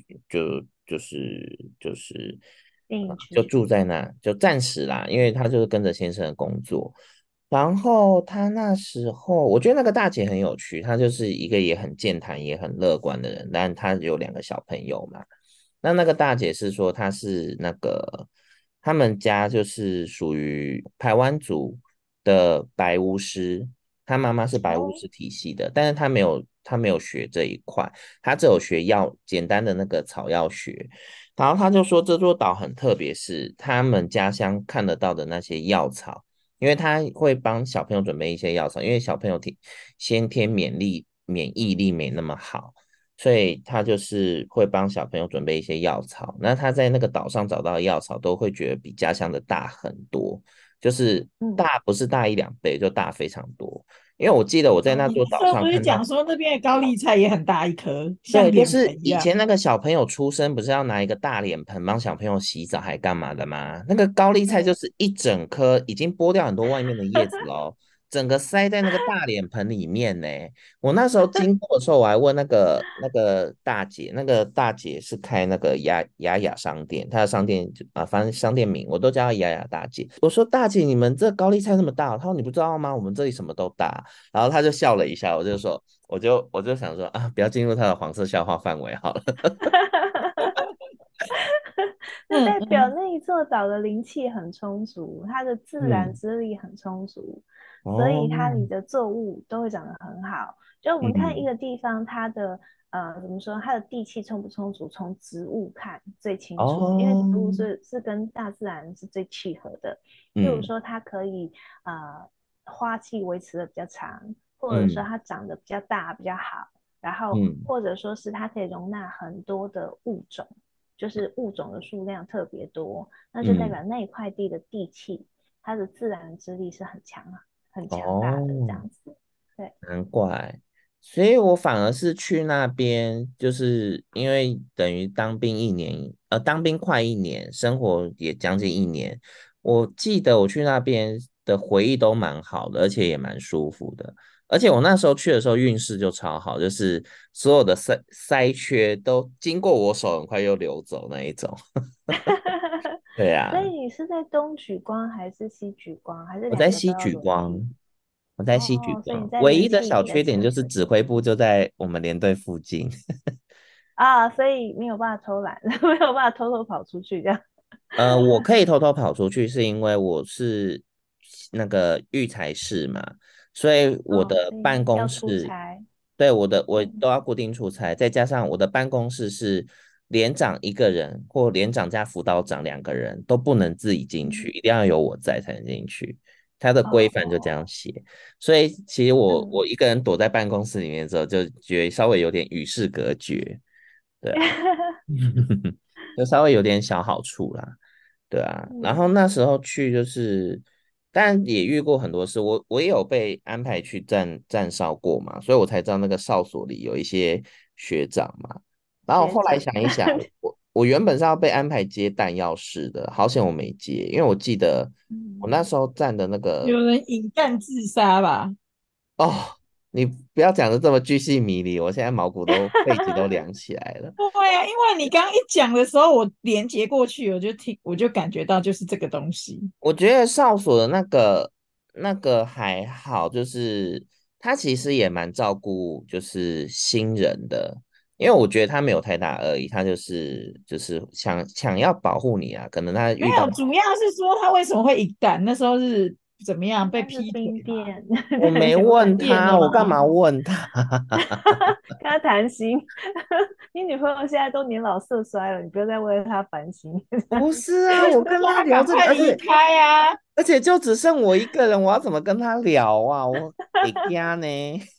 就是就定居。 住在那，就暂时啦，因为他就是跟着先生的工作。然后他那时候，我觉得那个大姐很有趣，她就是一个也很健谈也很乐观的人，但她有两个小朋友嘛。那个大姐是说她是那个他们家就是属于排湾族的白巫师，她妈妈是白巫哦， 师体系的，但是她没有学这一块，她只有学简单的那个草药学。然后他就说这座岛很特别，是他们家乡看得到的那些药草。因为他会帮小朋友准备一些药草，因为小朋友先天免疫力没那么好，所以他就是会帮小朋友准备一些药草。那他在那个岛上找到的药草，都会觉得比家乡的大很多，就是嗯， 大不是大一两倍，就大非常多。因为我记得我在哦， 那座岛你那时候不是上看到。 讲说那边的高丽菜也很大一颗，像对，就脸是盆一样？ 以前那个小朋友出生，不是要拿一个大脸盆帮小朋友洗澡还干嘛的吗？那个高丽菜就对， 是一整颗，已经剥掉很多外面的叶子喽，整个塞在那个大脸盆里面呢。我那时候经过的时候，我还问那个大姐，那个大姐是开那个雅商店，她的商店反正商店名我都叫她雅大姐。我说大姐，你们这高丽菜那么大，她说你不知道吗？我们这里什么都大。然后她就笑了一下，我就说。我就想说不要进入他的黄色笑话范围好了。 那代表嗯嗯， 那一座岛的灵气很充足，它的自然嗯， 之力很充足，所哦， 以它里的作物都会长得很好。就我们看一嗯， 个地方，它的怎么说，它的地气充不充足，从植物看最清楚，因为哦， 植物是跟大自然是最契合的。譬如嗯说，它可以花期维持的比较长，或者说嗯它长得比较大比较好，然后嗯或者说是它可以容纳很多的物种。就是物种的数量特别多，那就代嗯， 表那一块地的地气，它的自然之力是很强大的这哦， 样子。对， 难怪，所以我反而是去那边，就是因为等于当兵一年，当兵快一年，生活也将近一年， 我记得我去那边的回忆都蛮好的，而且也蛮舒服的。而且我那时候去的时候运势就超好，就是所有的灾缺都经过我手，很快又流走那一种。对所以啊， 你是在东莒光还是西莒光，还是两个都我在西要轮替？ 莒光，我在西莒哦，所以你光， 在唯一的人气比较小缺点就是强的地指挥部就在我们连队附近。 啊，所以没有办法偷懒，没有办法偷偷跑出去这样。 我可以偷偷跑出去，是因为我是那个育才士嘛，所以我哦， 的所以办公要出室， 差。 对我嗯， 都要固定出差，再加上我的办公室是连长一个人或连长加辅导长两个人都不能自己进去， 嗯， 一定要有我在才能进去，他的规范就这样哦， 写，所以其实我嗯， 一个人躲在办公室里面之后，就觉得稍微有点与世隔绝，对啊。就稍微有点小好处啦，对啊。然后嗯， 那时候去就是，但也遇过很多事，我也有被安排去站哨过嘛，所以我才知道那个哨所里有一些学长嘛。然后我后来学姐。 想一想，我原本是要被安排接弹药室的，好险我没接，因为我记得我那嗯， 时候站的那个有人引弹自杀吧？ 哦，你不要讲的这么巨细靡遗，我现在毛骨都背脊都凉起来了。 对啊，因为你刚刚一讲的时候，我连接过去，我就感觉到就是这个东西。 我觉得哨所的那个还好，就是他其实也蛮照顾就是新人的，因为我觉得他没有太大恶意，他就是想要保护你啊，可能他遇到没有，主要是说他为什么会引弹，那时候是怎么样被应该是劈腿嘛？ 兵变， 我没对，有可问能。 他， 变了吗？ 我干嘛问他？ 跟他谈心。你女朋友现在都年老色衰了，你不要再为她烦心。 不是啊，我跟就说他他聊这个， 赶快离开啊！ 而且就只剩我一个人，我要怎么跟他聊啊？我得家呢。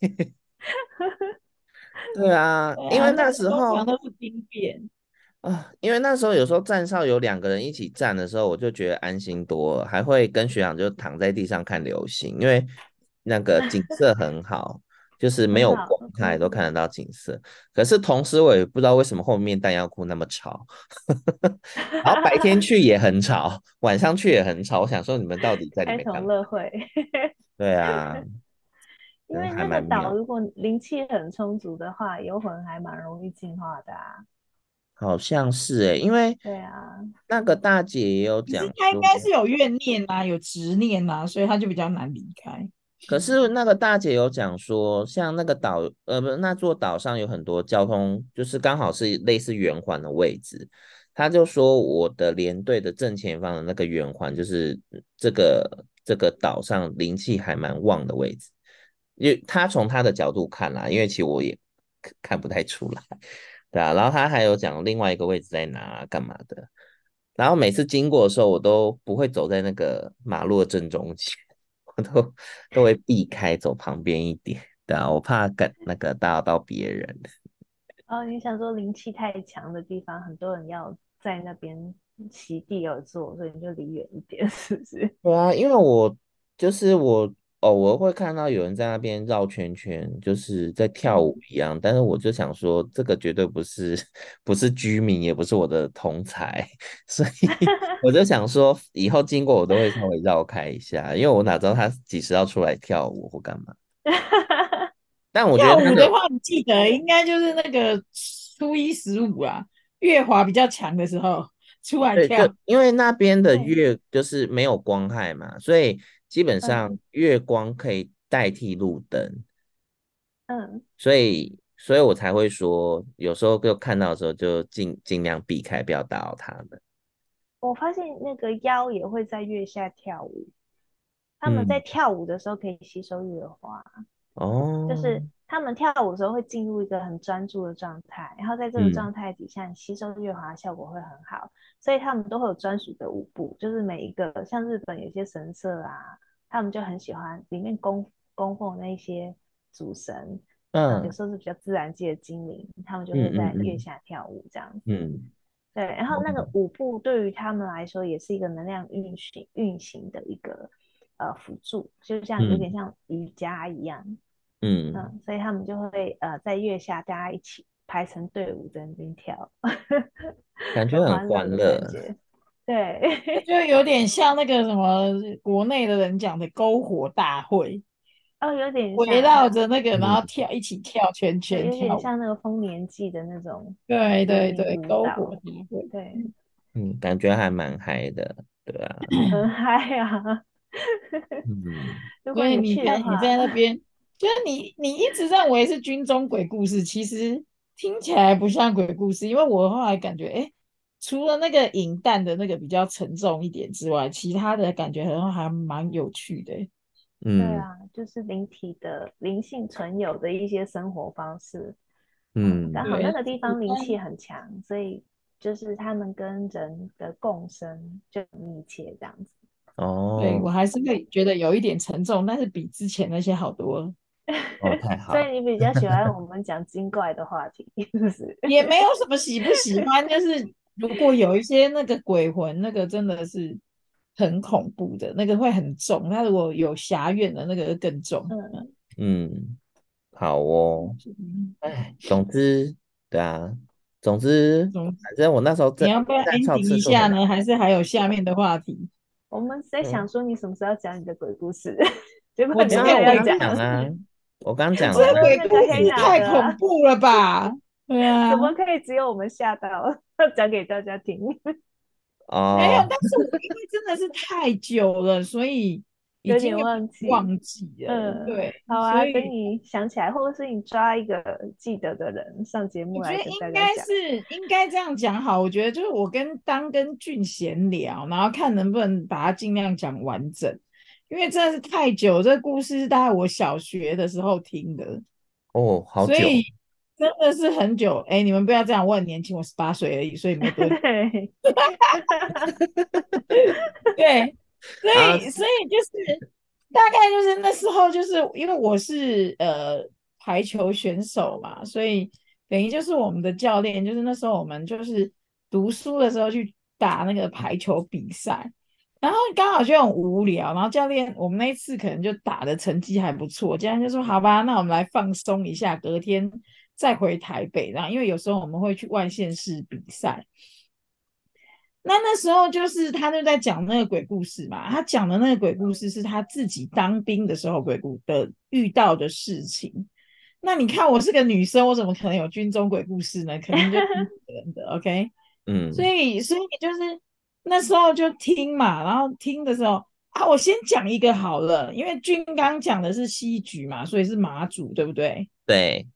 对啊， 对啊， 因为那那个通常时候。 都是兵变。 因为那时候有时候站哨有两个人一起站的时候，我就觉得安心多了，还会跟学长就躺在地上看流星，因为那个景色很好，就是没有很好。 光害都看嗯。 得到景色。可是同时我也不知道为什么后面弹药库那么吵，然后白天去也很吵，晚上去也很吵。我想说你们到底在里开面干嘛？ 同乐会。 对啊， 因为那个真的还蛮妙。 岛如果灵气很充足的话，游魂还蛮容易进化的啊。 好像是诶，因为对啊。 那个大姐也有可是讲他应该说。 是有怨念啊，有执念啊，所以他就比较难离开。 可是那个大姐有讲说，像那个岛，不，那座岛上有很多交通，就是刚好是类似圆环的位置。他就说我的连队的正前方的那个圆环，就是这个岛上灵气还蛮旺的位置。因为他从他的角度看啦，因为其实我也看不太出来，对啊。然后他还有讲另外一个位置在哪啊干嘛的。然后每次经过的时候，我都不会走在那个马路的正中间。我都会避开走旁边一点，对啊，我怕那个打扰到别人。 哦，你想说灵气太强的地方，很多人要在那边席地而坐，所以你就离远一点，是不是？ 对啊，因为就是我偶尔会看到有人在那边绕圈圈，就是在跳舞嗯。 一样，但是我就想说，这个绝对不是居民，也不是我的同才，所以我就想说，以后经过我都会稍微绕开一下，因为我哪知道他几时要出来跳舞或干嘛。但我觉得他的跳舞的话，你记得应该就是那个初一15啊，月华比较强的时候出来对，就跳。 因为那边的对。 月就是没有光害嘛，所以基本上嗯。 月光可以代替路灯， 嗯。 所以我才会说，有时候就看到的时候就尽量避开，不要打扰他们。 我发现那个妖也会在月下跳舞，他们在嗯， 跳舞的时候可以吸收月花。就哦， 是他们跳舞的时候会进入一个很专注的状态，然后在这个嗯状态底下，你吸收月华效果会很好，所以他们都会有专属的舞步，就是每一个像日本有些神社啊，他们就很喜欢里面供奉那些主神，有嗯时候是比较自然界的精灵，他们就嗯会在月嗯嗯下跳舞这样子。 嗯， 对，然后那个舞步对于他们来说也是一个能量运行的一个辅助，就像有点嗯像瑜伽一样。 嗯， 所以他们就会在月下大家一起排成队伍在那边跳。 感觉很很欢乐的感欢乐。 觉。 对， 就有点像那个什么国内的人讲的篝火大会， 哦，有点围像， 绕着那个，然后嗯， 一起跳圈对，有点圈跳舞。 像那个丰年祭的那种对国民对对，篝火舞蹈， 大会。 对， 感觉还蛮嗨的，对啊， 很嗨啊。 嗯， 如果所以你去的你看你在那话， 边，就是你一直认为是军中鬼故事，其实听起来不像鬼故事，因为我后来感觉，哎，除了那个银弹的那个比较沉重一点之外，其他的感觉好像还蛮有趣的诶。 嗯， 对啊，就是灵体的灵性存有的一些生活方式。刚嗯， 好那对， 个地方灵气但很强，所以就是他们跟人的共生就很密切这样子。 对我哦， 还是会觉得有一点沉重，但是比之前那些好多了。 哦，太好， 所以你比较喜欢我们讲精怪的话题，是不是？ 也没有什么喜不喜欢，就是如果有一些那个鬼魂，那个真的是很恐怖的，那个会很重。他如果有侠怨的那个更重。 嗯， 嗯，好哦， 嗯， 哎，总之，对啊，总之， 总反正我那时候你要不要单操 ending 次数很， 一下呢？还是还有下面的话题？ 我们在想嗯， 说你什么时候要讲你的鬼故事，结果我这个你现在我要讲了。 刚讲啊，我刚讲这了啊， 个鬼故我说那个黑事太娜的啊， 恐怖了吧？对啊， 怎么可以只有我们吓到？要讲给大家听， 没有， 哦， 但是我因为真的是太久了，所以已有点经有点忘记。 忘记了。 嗯， 对， 好啊，等所以你想起来，或者是你抓一个记得的人上节目我觉来得应该跟大家讲。 是应该这样讲好。我觉得就是我跟俊贤聊，然后看能不能把它尽量讲完整，因为真的是太久，这个故事是大概我小学的时候听的， 哦，好所以久真的是很久。哎，你们不要这样，我很年轻，我18岁而已，所以没多久。 对， 对，所啊， 以就是大概就是那时候，就是因为我是排球选手嘛，所以等于就是我们的教练，就是那时候我们就是读书的时候去打那个排球比赛，然后刚好就很无聊，然后教练我们那一次可能就打的成绩还不错，教练就说好吧，那我们来放松一下，隔天再回台北，然后因为有时候我们会去外县市比赛。那时候就是他就在讲那个鬼故事嘛，他讲的那个鬼故事是他自己当兵的时候鬼故的遇到的事情。那你看我是个女生，我怎么可能有军中鬼故事呢？肯定就听别人的，OK？所嗯， 以所以就是那时候就听嘛，然后听的时候啊，我先讲一个好了，因为俊刚讲的是西局嘛，所以是马祖，对不对对，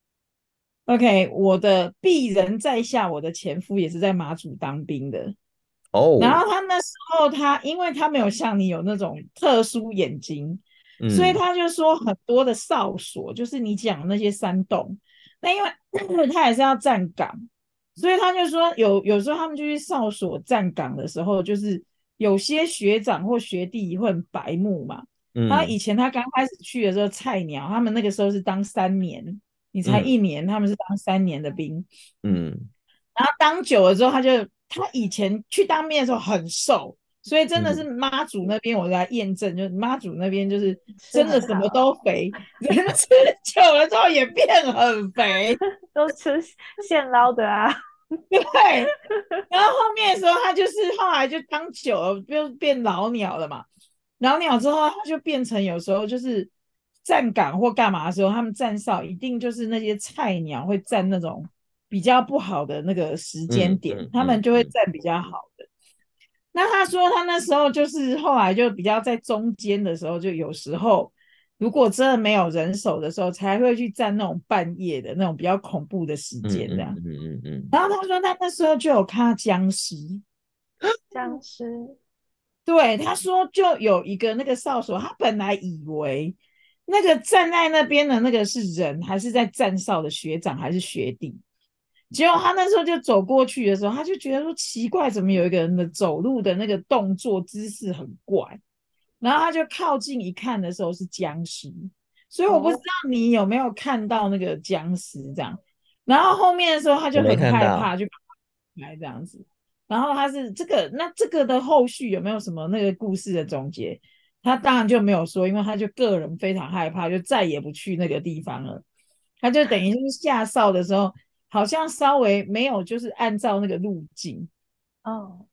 ？OK，我的鄙人在下，我的前夫也是在马祖当兵的。然哦， 后他那时候因为他没有像你有那种特殊眼睛，所以嗯他就说很多的哨所，就是你讲的那些山洞，那因为他也是要站岗，所以他就说有时候他们就去哨所站岗的时候，就是有些学长或学弟会很白目嘛。 嗯他刚开始去的时候菜鸟，他们那个时候是当3年，你才嗯 1年，他们是当3年的兵。 嗯然后当久了之后，他以前去当兵的时候很瘦，所以真的是嗯， 妈祖那边我来验证，就是妈祖那边就是吃真的什么很好， 都肥，人吃久了之后也变很肥， 都吃现捞的啊。 对。然后后面的时候，他就是后来就当久了，就变老鸟了嘛。老鸟之后，他就变成有时候就是站岗或干嘛的时候，他们站哨一定就是那些菜鸟会站那种比较不好的那个时间点， 嗯嗯他们嗯嗯就会站比较好的。那他说他那时候就是后来就比较在中间的时候，就有时候如果真的没有人手的时候，才会去站那种半夜的那种比较恐怖的时嗯间这样。 嗯嗯嗯嗯， 然后他说他那时候就有看到僵尸， 僵尸对，他说就有一个那个哨所，他本来以为那个站在那边的那个是人，还是在站哨的学长还是学弟。结果他那时候就走过去的时候，他就觉得说奇怪，怎么有一个人的走路的那个动作姿势很怪。然后他就靠近一看的时候是僵尸，所以我不知哦， 道你有没有看到那个僵尸这样。然后后面的时候他我没就很看到， 害怕，就来这样子。然后他是这个，那这个的后续有没有什么那个故事的总结？他当然就没有说，因为他就个人非常害怕，就再也不去那个地方了。他就等于就是下哨的时候，好像稍微没有就是按照那个路径， 哦，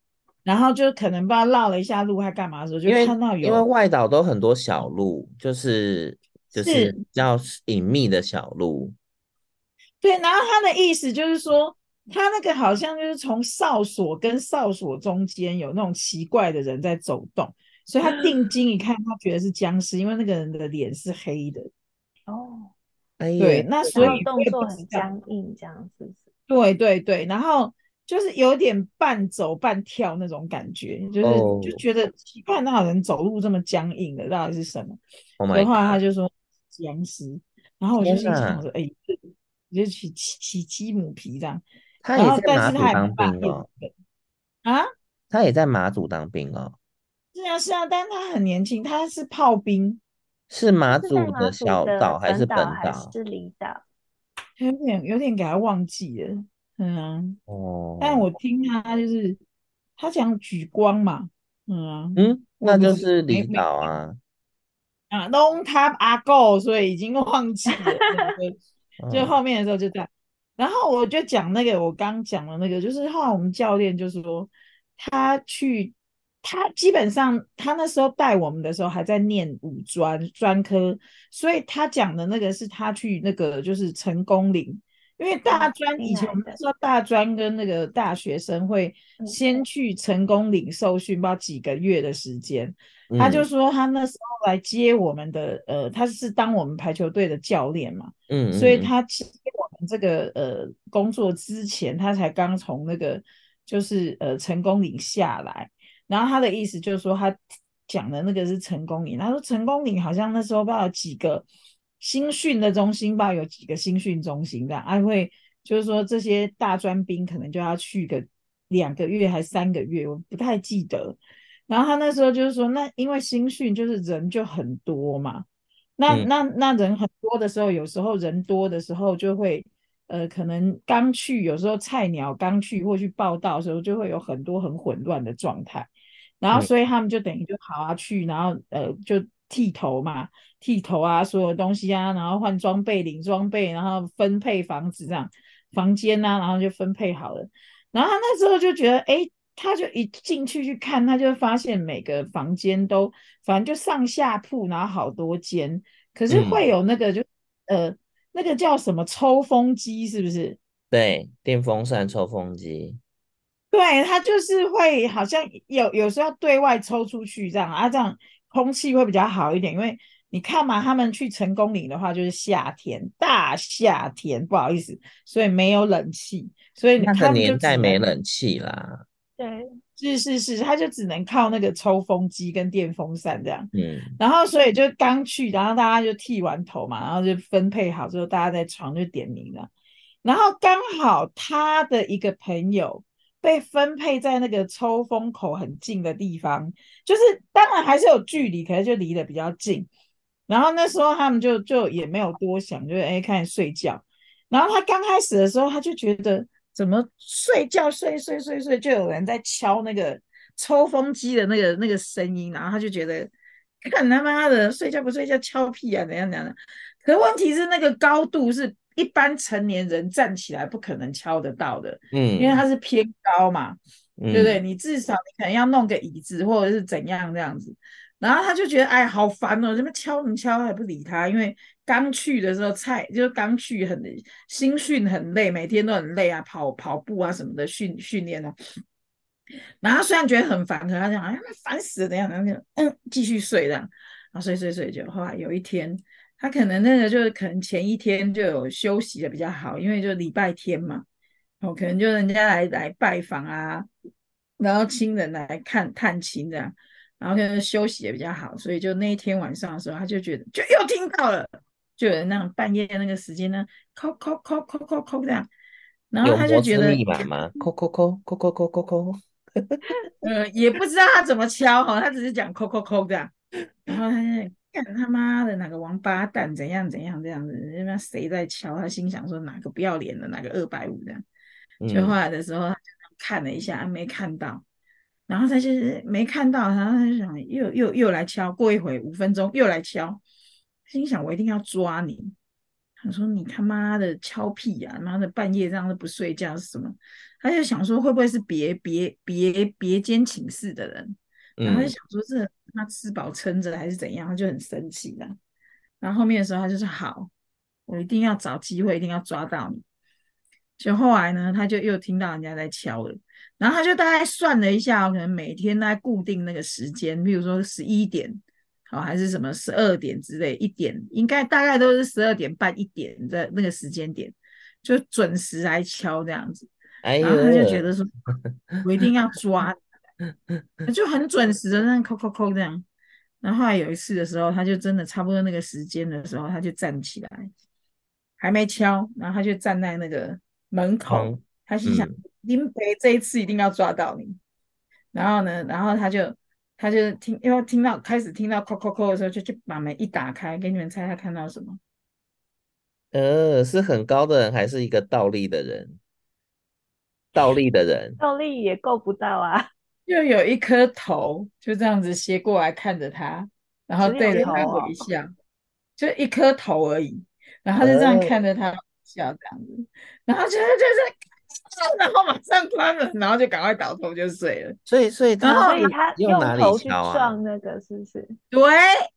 然后就可能不知道绕了一下路还干嘛的时候，就因为看到有外岛都很多小路，就是比是较隐秘的小路。 对，然后他的意思就是说，他那个好像就是从哨所跟哨所中间有那种奇怪的人在走动，所以他定睛一看，他觉得是僵尸，因为那个人的脸是黑的。 哦， 对， 哎呀， 那所以然后动我也不作很知道。 僵硬，这样是不是？ 对对对，然后就是有点半走半跳那种感觉，就是就哦觉得奇怪，那有人走路这么僵硬的，到底是什么？ ，Oh 所以 my 后来他 god！ 就说僵尸，然后我就天呐， 心想说，哎，我就起鸡母皮这样，然后他也在但是他也没马祖当办法验兵哦， 证啊， 他也在马祖当兵哦， 是啊是啊，但是他很年轻，他是炮兵， 是马他是在祖的马祖的小岛还是本岛本岛？ 还是离岛？ 有点给他忘记了，嗯啊，但哦， 我听他就是他讲举光嘛，嗯啊， 嗯，那就我也不知是离没岛啊。 啊，Long time ago，所以已经忘记了，对，就嗯后面的时候就这样。然后我就讲那个我刚讲的那个，就是后来我们教练就说他去，他基本上他那时候带我们的时候还在念专科，所以他讲的那个是他去那个就是成功岭，因为大哦， 专以前我们那新来的， 时候大专跟那个大学生会嗯， 先去成功岭受训，不知道几个月的时间。他就嗯说他那时候来接我们的，他是当我们排球队的教练嘛，所以嗯嗯他接我们这个工作之前，他才刚从那个就是成功岭下来，然后他的意思就是说他讲的那个是成功岭，他说成功岭好像那时候不知道有几个新训的中心吧，有几个新训中心的，还会就是说这些大专兵可能就要去个2个月还3个月，我不太记得。然后他那时候就是说，那因为新训就是人就很多嘛，那嗯那那人很多的时候，有时候人多的时候就会，可能刚去，有时候菜鸟刚去或去报道的时候，就会有很多很混乱的状态。然后嗯所以他们就等于就好啊去，然后就剃头嘛，剃头啊，所有东西啊，然后换装备、领装备，然后分配房子这样，房间啊，然后就分配好了。然后他那时候就觉得，哎，他就一进去看，他就发现每个房间都，反正就上下铺，然后好多间，可是会嗯， 有那个就呃那个叫什么抽风机，是不是？ 对，电风扇、抽风机。 对，它就是会好像有时候要对外抽出去这样啊，这样空气会比较好一点。因为你看嘛，他们去成功岭的话，就是夏天，大夏天，不好意思，所以没有冷气，所以那个他们就年代只能没冷气啦。 对， 是，他就只能靠那个抽风机跟电风扇这样。 嗯然后所以就刚去，然后大家就剃完头嘛，然后就分配好之后，大家在床就点名了。然后刚好他的一个朋友被分配在那个抽风口很近的地方，就是当然还是有距离，可是就离得比较近。然后那时候他们就也没有多想，就是哎开始睡觉。然后他刚开始的时候，他就觉得怎么睡觉睡，就有人在敲那个抽风机的那个声音，然后他就觉得看他妈的睡觉不睡觉敲屁啊，怎样怎样的。可是问题是那个高度是一般成年人站起来不可能敲得到的，因为嗯它是偏高嘛，对不嗯对？你至少你可能要弄个椅子或者是怎样这样子。然后他就觉得哎，好烦哦，这么敲什么敲还不理他，因为刚去的时候就是刚去新训很累，每天都很累啊，跑步啊什么的训练啊。然后他虽然觉得很烦，可是他讲哎烦死了，怎样怎样，继续睡这样，然后睡，就后来有一天，他可能那个就是可能前一天就有休息的比较好，因为就礼拜天嘛，可能就人家来拜访啊，然后亲人来探亲这样，然后可能休息也比较好，所以就那一天晚上的时候，他就觉得就又听到了，就有人那种半夜那个时间呢，扣这样，然后有他就摩斯觉得密码吗？扣扣扣扣扣扣扣扣。 也不知道他怎么敲哈，他只是讲扣扣扣这样，然后他就干他妈的哪个王八蛋怎样怎样这样子，那边谁在敲？他心想说哪个不要脸的，哪个250这样。就后嗯， 来的时候，他就看了一下，没看到，然后他就是没看到，然后他就想又来敲，过一会5分钟又来敲，心想我一定要抓你。 他说你他妈的敲屁呀、妈的半夜这样都不睡觉是什么？他就想说会不会是别间寝室的人？然后他就嗯， 想说这他吃饱撑着还是怎样，他就很生气的。然后后面的时候他就说好，我一定要找机会，一定要抓到你。就后来呢，他就又听到人家在敲了，然后他就大概算了一下哦，可能每天大概固定那个时间，比如说11点，好还是什么12点之类，1点应该大概都是12点半1点的那个时间点，就准时来敲这样子。 哎然后他就觉呦， 得说，我一定要抓，就很准时的那样扣扣扣这样。然后后来有一次的时候，他就真的差不多那个时间的时候，他就站起来，还没敲，然后他就站在那个门口， 嗯他心想嗯， 林北这一次一定要抓到你。然后呢，然后他就因为开始听到扣扣扣的时候，就把门一打开，给你们猜他看到什么？ 是很高的人还是一个倒立的人？倒立的人， 倒立也够不到啊， 就有一颗头就这样子斜过来看着他，然后只有对着他头哦。 微笑，就一颗头而已，然后他就这样看呃， 着他笑这样子，然后然后马上关门，然后就赶快倒头就睡了。 所以然后他是所以他用哪里用头去敲啊？ 撞那个，是不是？ 对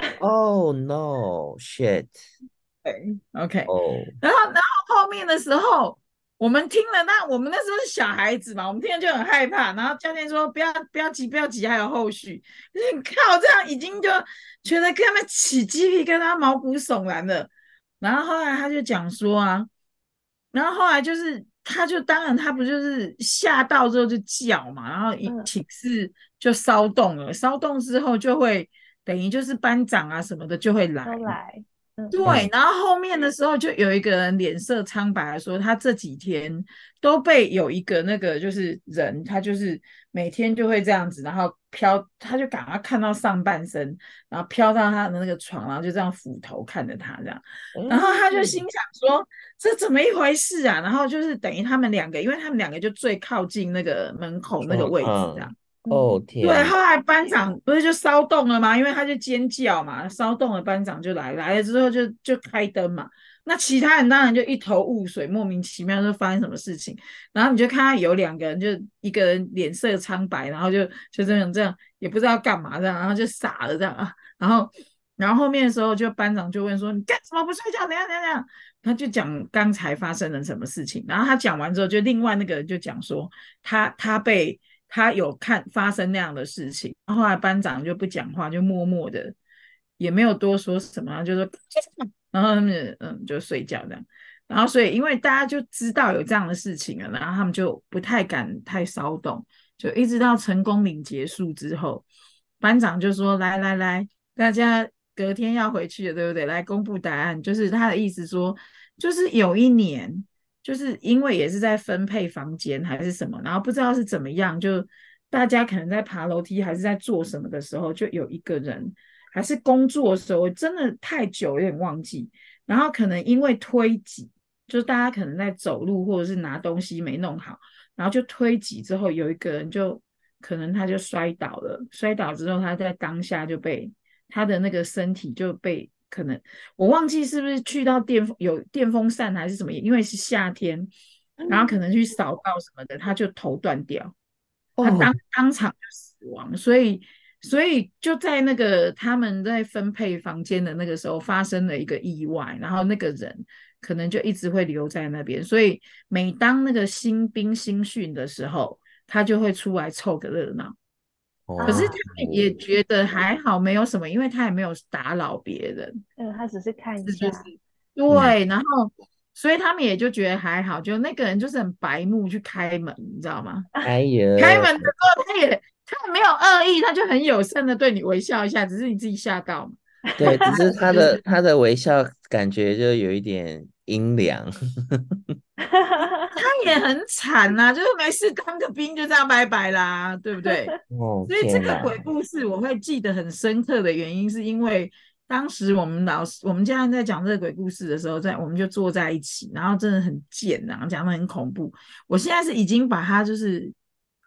Oh no, shit！ 对，OK， 哦， 然后后面的时候，我们听了，那我们那时候是小孩子嘛，我们听了就很害怕。然后教练说不要急，不要急，还有后续。你靠，这样已经就觉得跟他们起鸡皮疙瘩、毛骨悚然了。然后后来他就讲说啊，然后后来就是他就当然他不就是吓到之后就叫嘛，然后嗯， 寝室就骚动了，骚动之后就会等于就是班长啊什么的就会来嘛。 都来，嗯， 对， 嗯， 然后后面的时候就有一个人脸色苍白的说，他这几天都被有一个那个就是人，他就是每天就会这样子，然后飘，他就赶快看到上半身，然后飘到他的那个床，然后就这样俯头看着他这样，然后他就心嗯， 想说这怎么一回事啊？然后就是等于他们两个，因为他们两个就最靠近那个门口那个位置这样。 哦嗯， 对， 天哪， 后来班长不是就骚动了吗？因为他就尖叫嘛，骚动了，班长就来了之后就开灯嘛。那其他人当然就一头雾水，莫名其妙就发生什么事情。然后你就看他有两个人，就一个人脸色苍白，然后就这样也不知道干嘛这样，然后就傻了这样啊。然后后面的时候，就班长就问说：“你干什么不睡觉？怎样？”他就讲刚才发生了什么事情。然后他讲完之后，就另外那个人就讲说他有看发生那样的事情。后来班长就不讲话，就默默的也没有多说什么，就说，然后他们就睡觉这样。然后所以因为大家就知道有这样的事情了，然后他们就不太敢太骚动，就一直到成功岭结束之后，班长就说来，大家隔天要回去了，对不对？来公布答案，就是他的意思说，就是有一年。就是因为也是在分配房间还是什么，然后不知道是怎么样，就大家可能在爬楼梯还是在做什么的时候，就有一个人还是工作的时候，真的太久有点忘记，然后可能因为推挤，就是大家可能在走路或者是拿东西没弄好，然后就推挤之后，有一个人就可能他就摔倒了，摔倒之后他在当下就被他的那个身体就被可能我忘记是不是去到有电风扇还是什么，因为是夏天，然后可能去扫到什么的，他就头断掉，他哦， 当场就死亡，所以就在那个他们在分配房间的那个时候发生了一个意外，然后那个人可能就一直会留在那边，所以每当那个新兵新训的时候，他就会出来凑个热闹。可是他哦， 们也觉得还好，没有什么，因为他也没有打扰别人。 他只是看一是就是下， 嗯， 对，然后所以他们也就觉得还好，就那个人就是很白目去开门，你知道吗？ 哎开呀， 门的时候他也没有恶意，他就很友善的对你微笑一下，只是你自己吓到嘛。 对，只是他就是的他的微笑感觉就有一点阴凉。 他也很惨呐、就是没事当个兵就这样拜拜啦，对不对？ 哦， 所以这天哪， 个鬼故事我会记得很深刻的原因，是因为当时我们老师、我们家人在讲这个鬼故事的时候，我们就坐在一起，然后真的很贱啊，讲的很恐怖。我现在是已经把它就是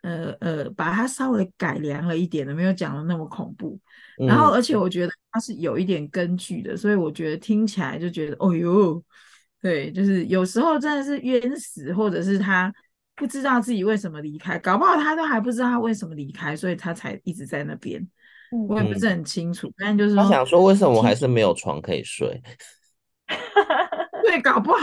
把它稍微改良了一点的，没有讲的那么恐怖。然后， 嗯而且我觉得它是有一点根据的，所以我觉得听起来就觉得，哦哟，对，就是有时候真的是冤死，或者是他不知道自己为什么离开，搞不好他都还不知道他为什么离开，所以他才一直在那边。我也不是嗯， 很清楚，但就是说， 他想说为什么我还是没有床可以睡？ 对，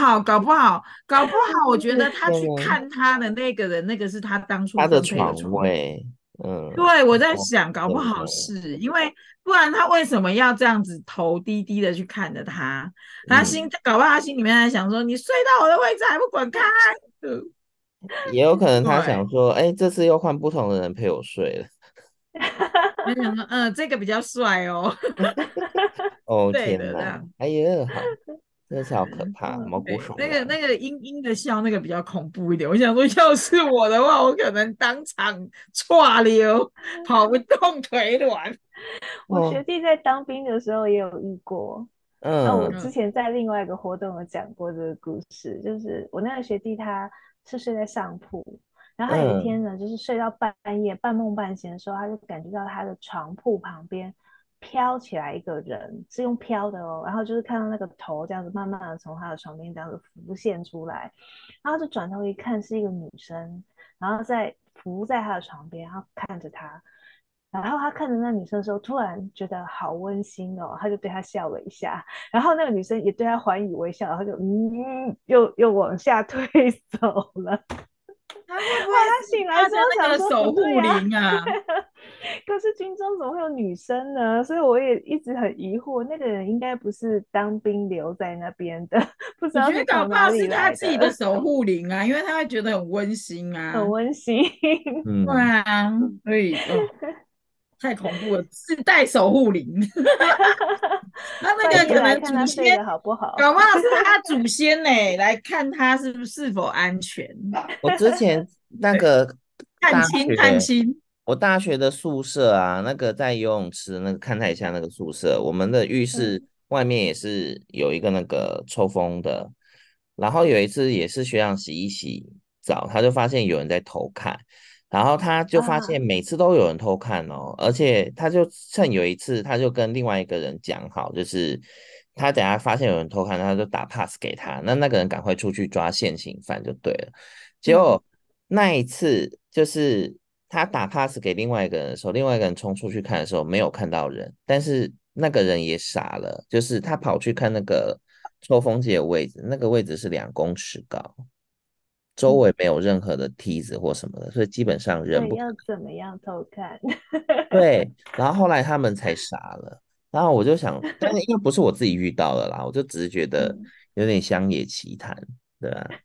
搞不好，我觉得他去对吗？ 看他的那个人，那个是他当初他的分配的床床。 位，嗯， 对，我在哦， 想，搞不真的， 好是因为不然他为什么要这样子头低低的去看着他？ 嗯， 搞不好他心里面在想说，你睡到我的位置还不滚开？ 也有可能他对， 想说，哎，这次又换不同的人陪我睡了。 我想说，这个比较帅哦， 哦对天哪， 的这样。 哎呀，好，真的是好可怕， 嗯， 毛骨对，那个悚然。 那个阴阴的笑，那个比较恐怖一点。我想说，要是我的话，我可能当场岔流，跑不动，腿软。 我学哦， 弟在当兵的时候也有遇过。啊，我之嗯嗯前在另外一个活动有讲过这个故事，就是我那个学弟他是睡在上铺，然后他有一天嗯呢，就是睡到半夜半梦半醒的时候，他就感觉到他的床铺旁边飘起来一个人，是用飘的哦，然后就是看到那个头这样子慢慢的从他的床边这样子浮现出来，然后就转头一看是一个女生，然后在浮在他的床边，然后看着他。然后他看着那女生的时候，突然觉得好温馨哦，他就对她笑了一下，然后那个女生也对他还以微笑，然后就又往下退走了。 他会不会哇，他是醒来之后他的那想说不个守护对呀、 灵啊？ 可是军中怎么会有女生呢？所以我也一直很疑惑，那个人应该不是当兵留在那边的，不知我道觉得搞不好是从哪里是他自己的来的， 守护灵啊，因为他会觉得很温馨啊。 很温馨。 对嗯， 啊，所以太恐怖了，自带守护灵。他那半夜个可来看他能祖先， 睡得好不好。 搞不好是他祖先呢，来看他是否安全。 我之前那对， 个大探亲探学， 亲。 我大学的宿舍啊，那个在游泳池那个看台下那个宿舍，我们的浴室嗯外面也是有一个那个抽风的。然后有一次也是学长洗一洗澡，他就发现有人在偷看，然后他就发现啊， 每次都有人偷看哦，而且他就趁有一次，他就跟另外一个人讲好，就是他等下发现有人偷看，他就打 pass 给他，那个人赶快出去抓现行犯就对了。结嗯果那一次就是他打 pass 给另外一个人的时候，另外一个人冲出去看的时候没有看到人，但是那个人也傻了，就是他跑去看那个抽风机的位置，那个位置是2公尺高，周嗯， 围没有任何的梯子或什么的，所以基本上人不可所以要怎么样偷看？ 对。然后后来他们才傻了，然后我就想，但是因为不是我自己遇到的啦，我就只是觉得嗯， 有点乡野奇谈，对吧？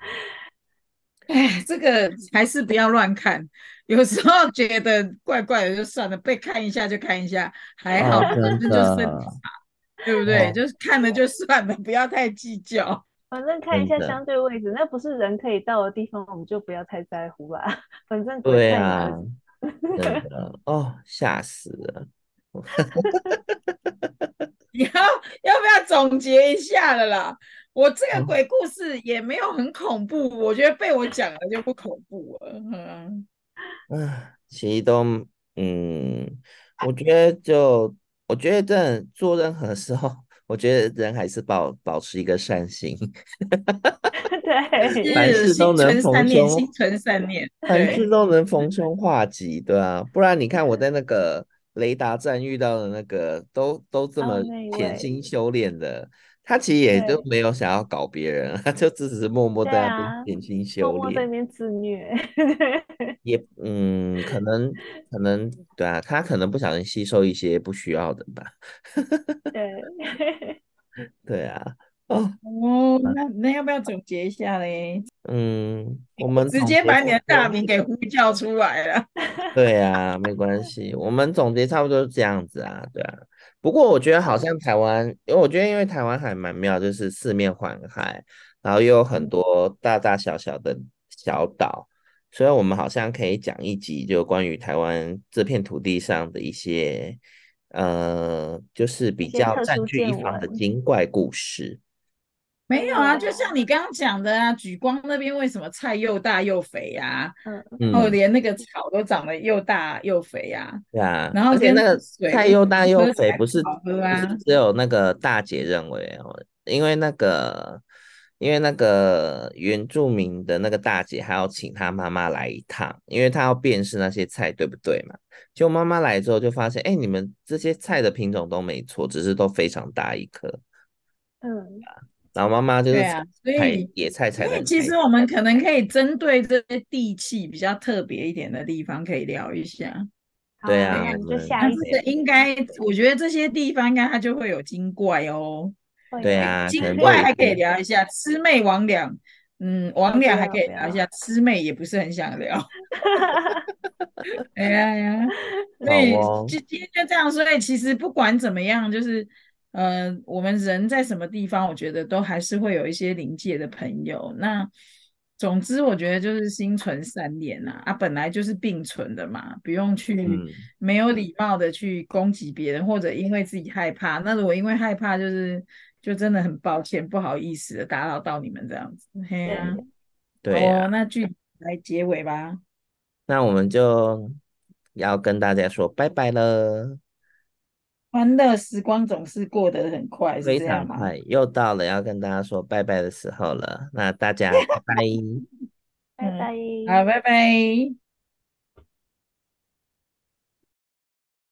哎，这个还是不要乱看。有时候觉得怪怪的就算了，被看一下就看一下，还好， 哦， 本真身就身体的， 差，对不对？ 哦， 就是看了就算了，不要太计较。 反正看一真的。 下相对位置，那不是人可以到的地方，我们就不要太在乎啦。反正鬼对看也不是。 啊，真的哦，吓死了。 你要不要总结一下了啦？我这个鬼故事也没有很恐怖，我觉得被我讲了就不恐怖了。 嗯，其实都，嗯，我觉得就，我觉得真的做任何时候，我觉得人还是保持一个善心，凡对， 是事都能心存善念， 逢凶， 心存善念。 凡事对， 都能逢凶化吉，对啊，不然你看我在那个雷达站遇到的那个，都这么哦，那一位， 潜心修炼的，他其实也就对没有想要搞别人，他就只是默默对在那边啊， 潜心默修炼。 默在那边自虐。 也可能对啊，他可能不小心吸收一些不需要的吧。 对， 对啊，哦， 哦，那要不要总结一下嘞？ 我们直总结接把你的大差不多。 名给呼叫出来了。 对啊，没关系，我们总结差不多是这样子啊，对啊。不过我觉得好好， 像台湾，因为我觉得因为台湾还蛮妙，就是四面环海，然后又有很嗯， 多大大小小的小岛，所以我们好像可以讲一集，就关于台湾这片土地上的一些，就是一比些特殊较占据一见闻。 方的精怪故事。 没有啊，就没有。 像你刚刚讲的啊，举光那边为什么菜又大又肥啊？ 嗯， 然后嗯， 连那个草都长得又大又肥啊， 对啊， 然后跟而且那个水为什菜又大又么喝起肥， 来不好喝不是啊？ 只有那个大姐认为哦，因为那个原住民的那个大姐还要请她妈妈来一趟，因为她要辨识那些菜对不对嘛。结果妈妈来之后就发现，哎，你们这些菜的品种都没错，只是都非常大一颗。 嗯， 然后妈妈就是采对啊，所以野菜采的很开心。 其实我们可能可以针对这些地气比较特别一点的地方，可以聊一下。 好啊， 对啊， 那你就我们那这个下一集应该，我觉得这些地方应该它就会有精怪哦。哎， 会有。 对啊，可精能就有一怪还可以些聊一下，魑魅魍魉，魍不魉还可以要不要。 聊一下，魑魅也不是很想聊。哎呀哎呀，所好以哦， 今天就这样，所以其实不管怎么样，就是我们人在什么地方，我觉得都还是会有一些临界的朋友。那总之，我觉得就是心存善念啊，本来就是并存的嘛，不用去嗯， 没有礼貌的去攻击别人，或者因为自己害怕。那如果因为害怕，就真的很抱歉，不好意思的打扰到你们这样子。嘿呀、 对， 对呀， 好哦，那句来结尾吧。 那我们就要跟大家说拜拜了， 欢乐时光总是过得很快，是非这样吗？ 常快，又到了要跟大家说拜拜的时候了，那大家拜拜。 拜嗯， 拜。 好，拜拜。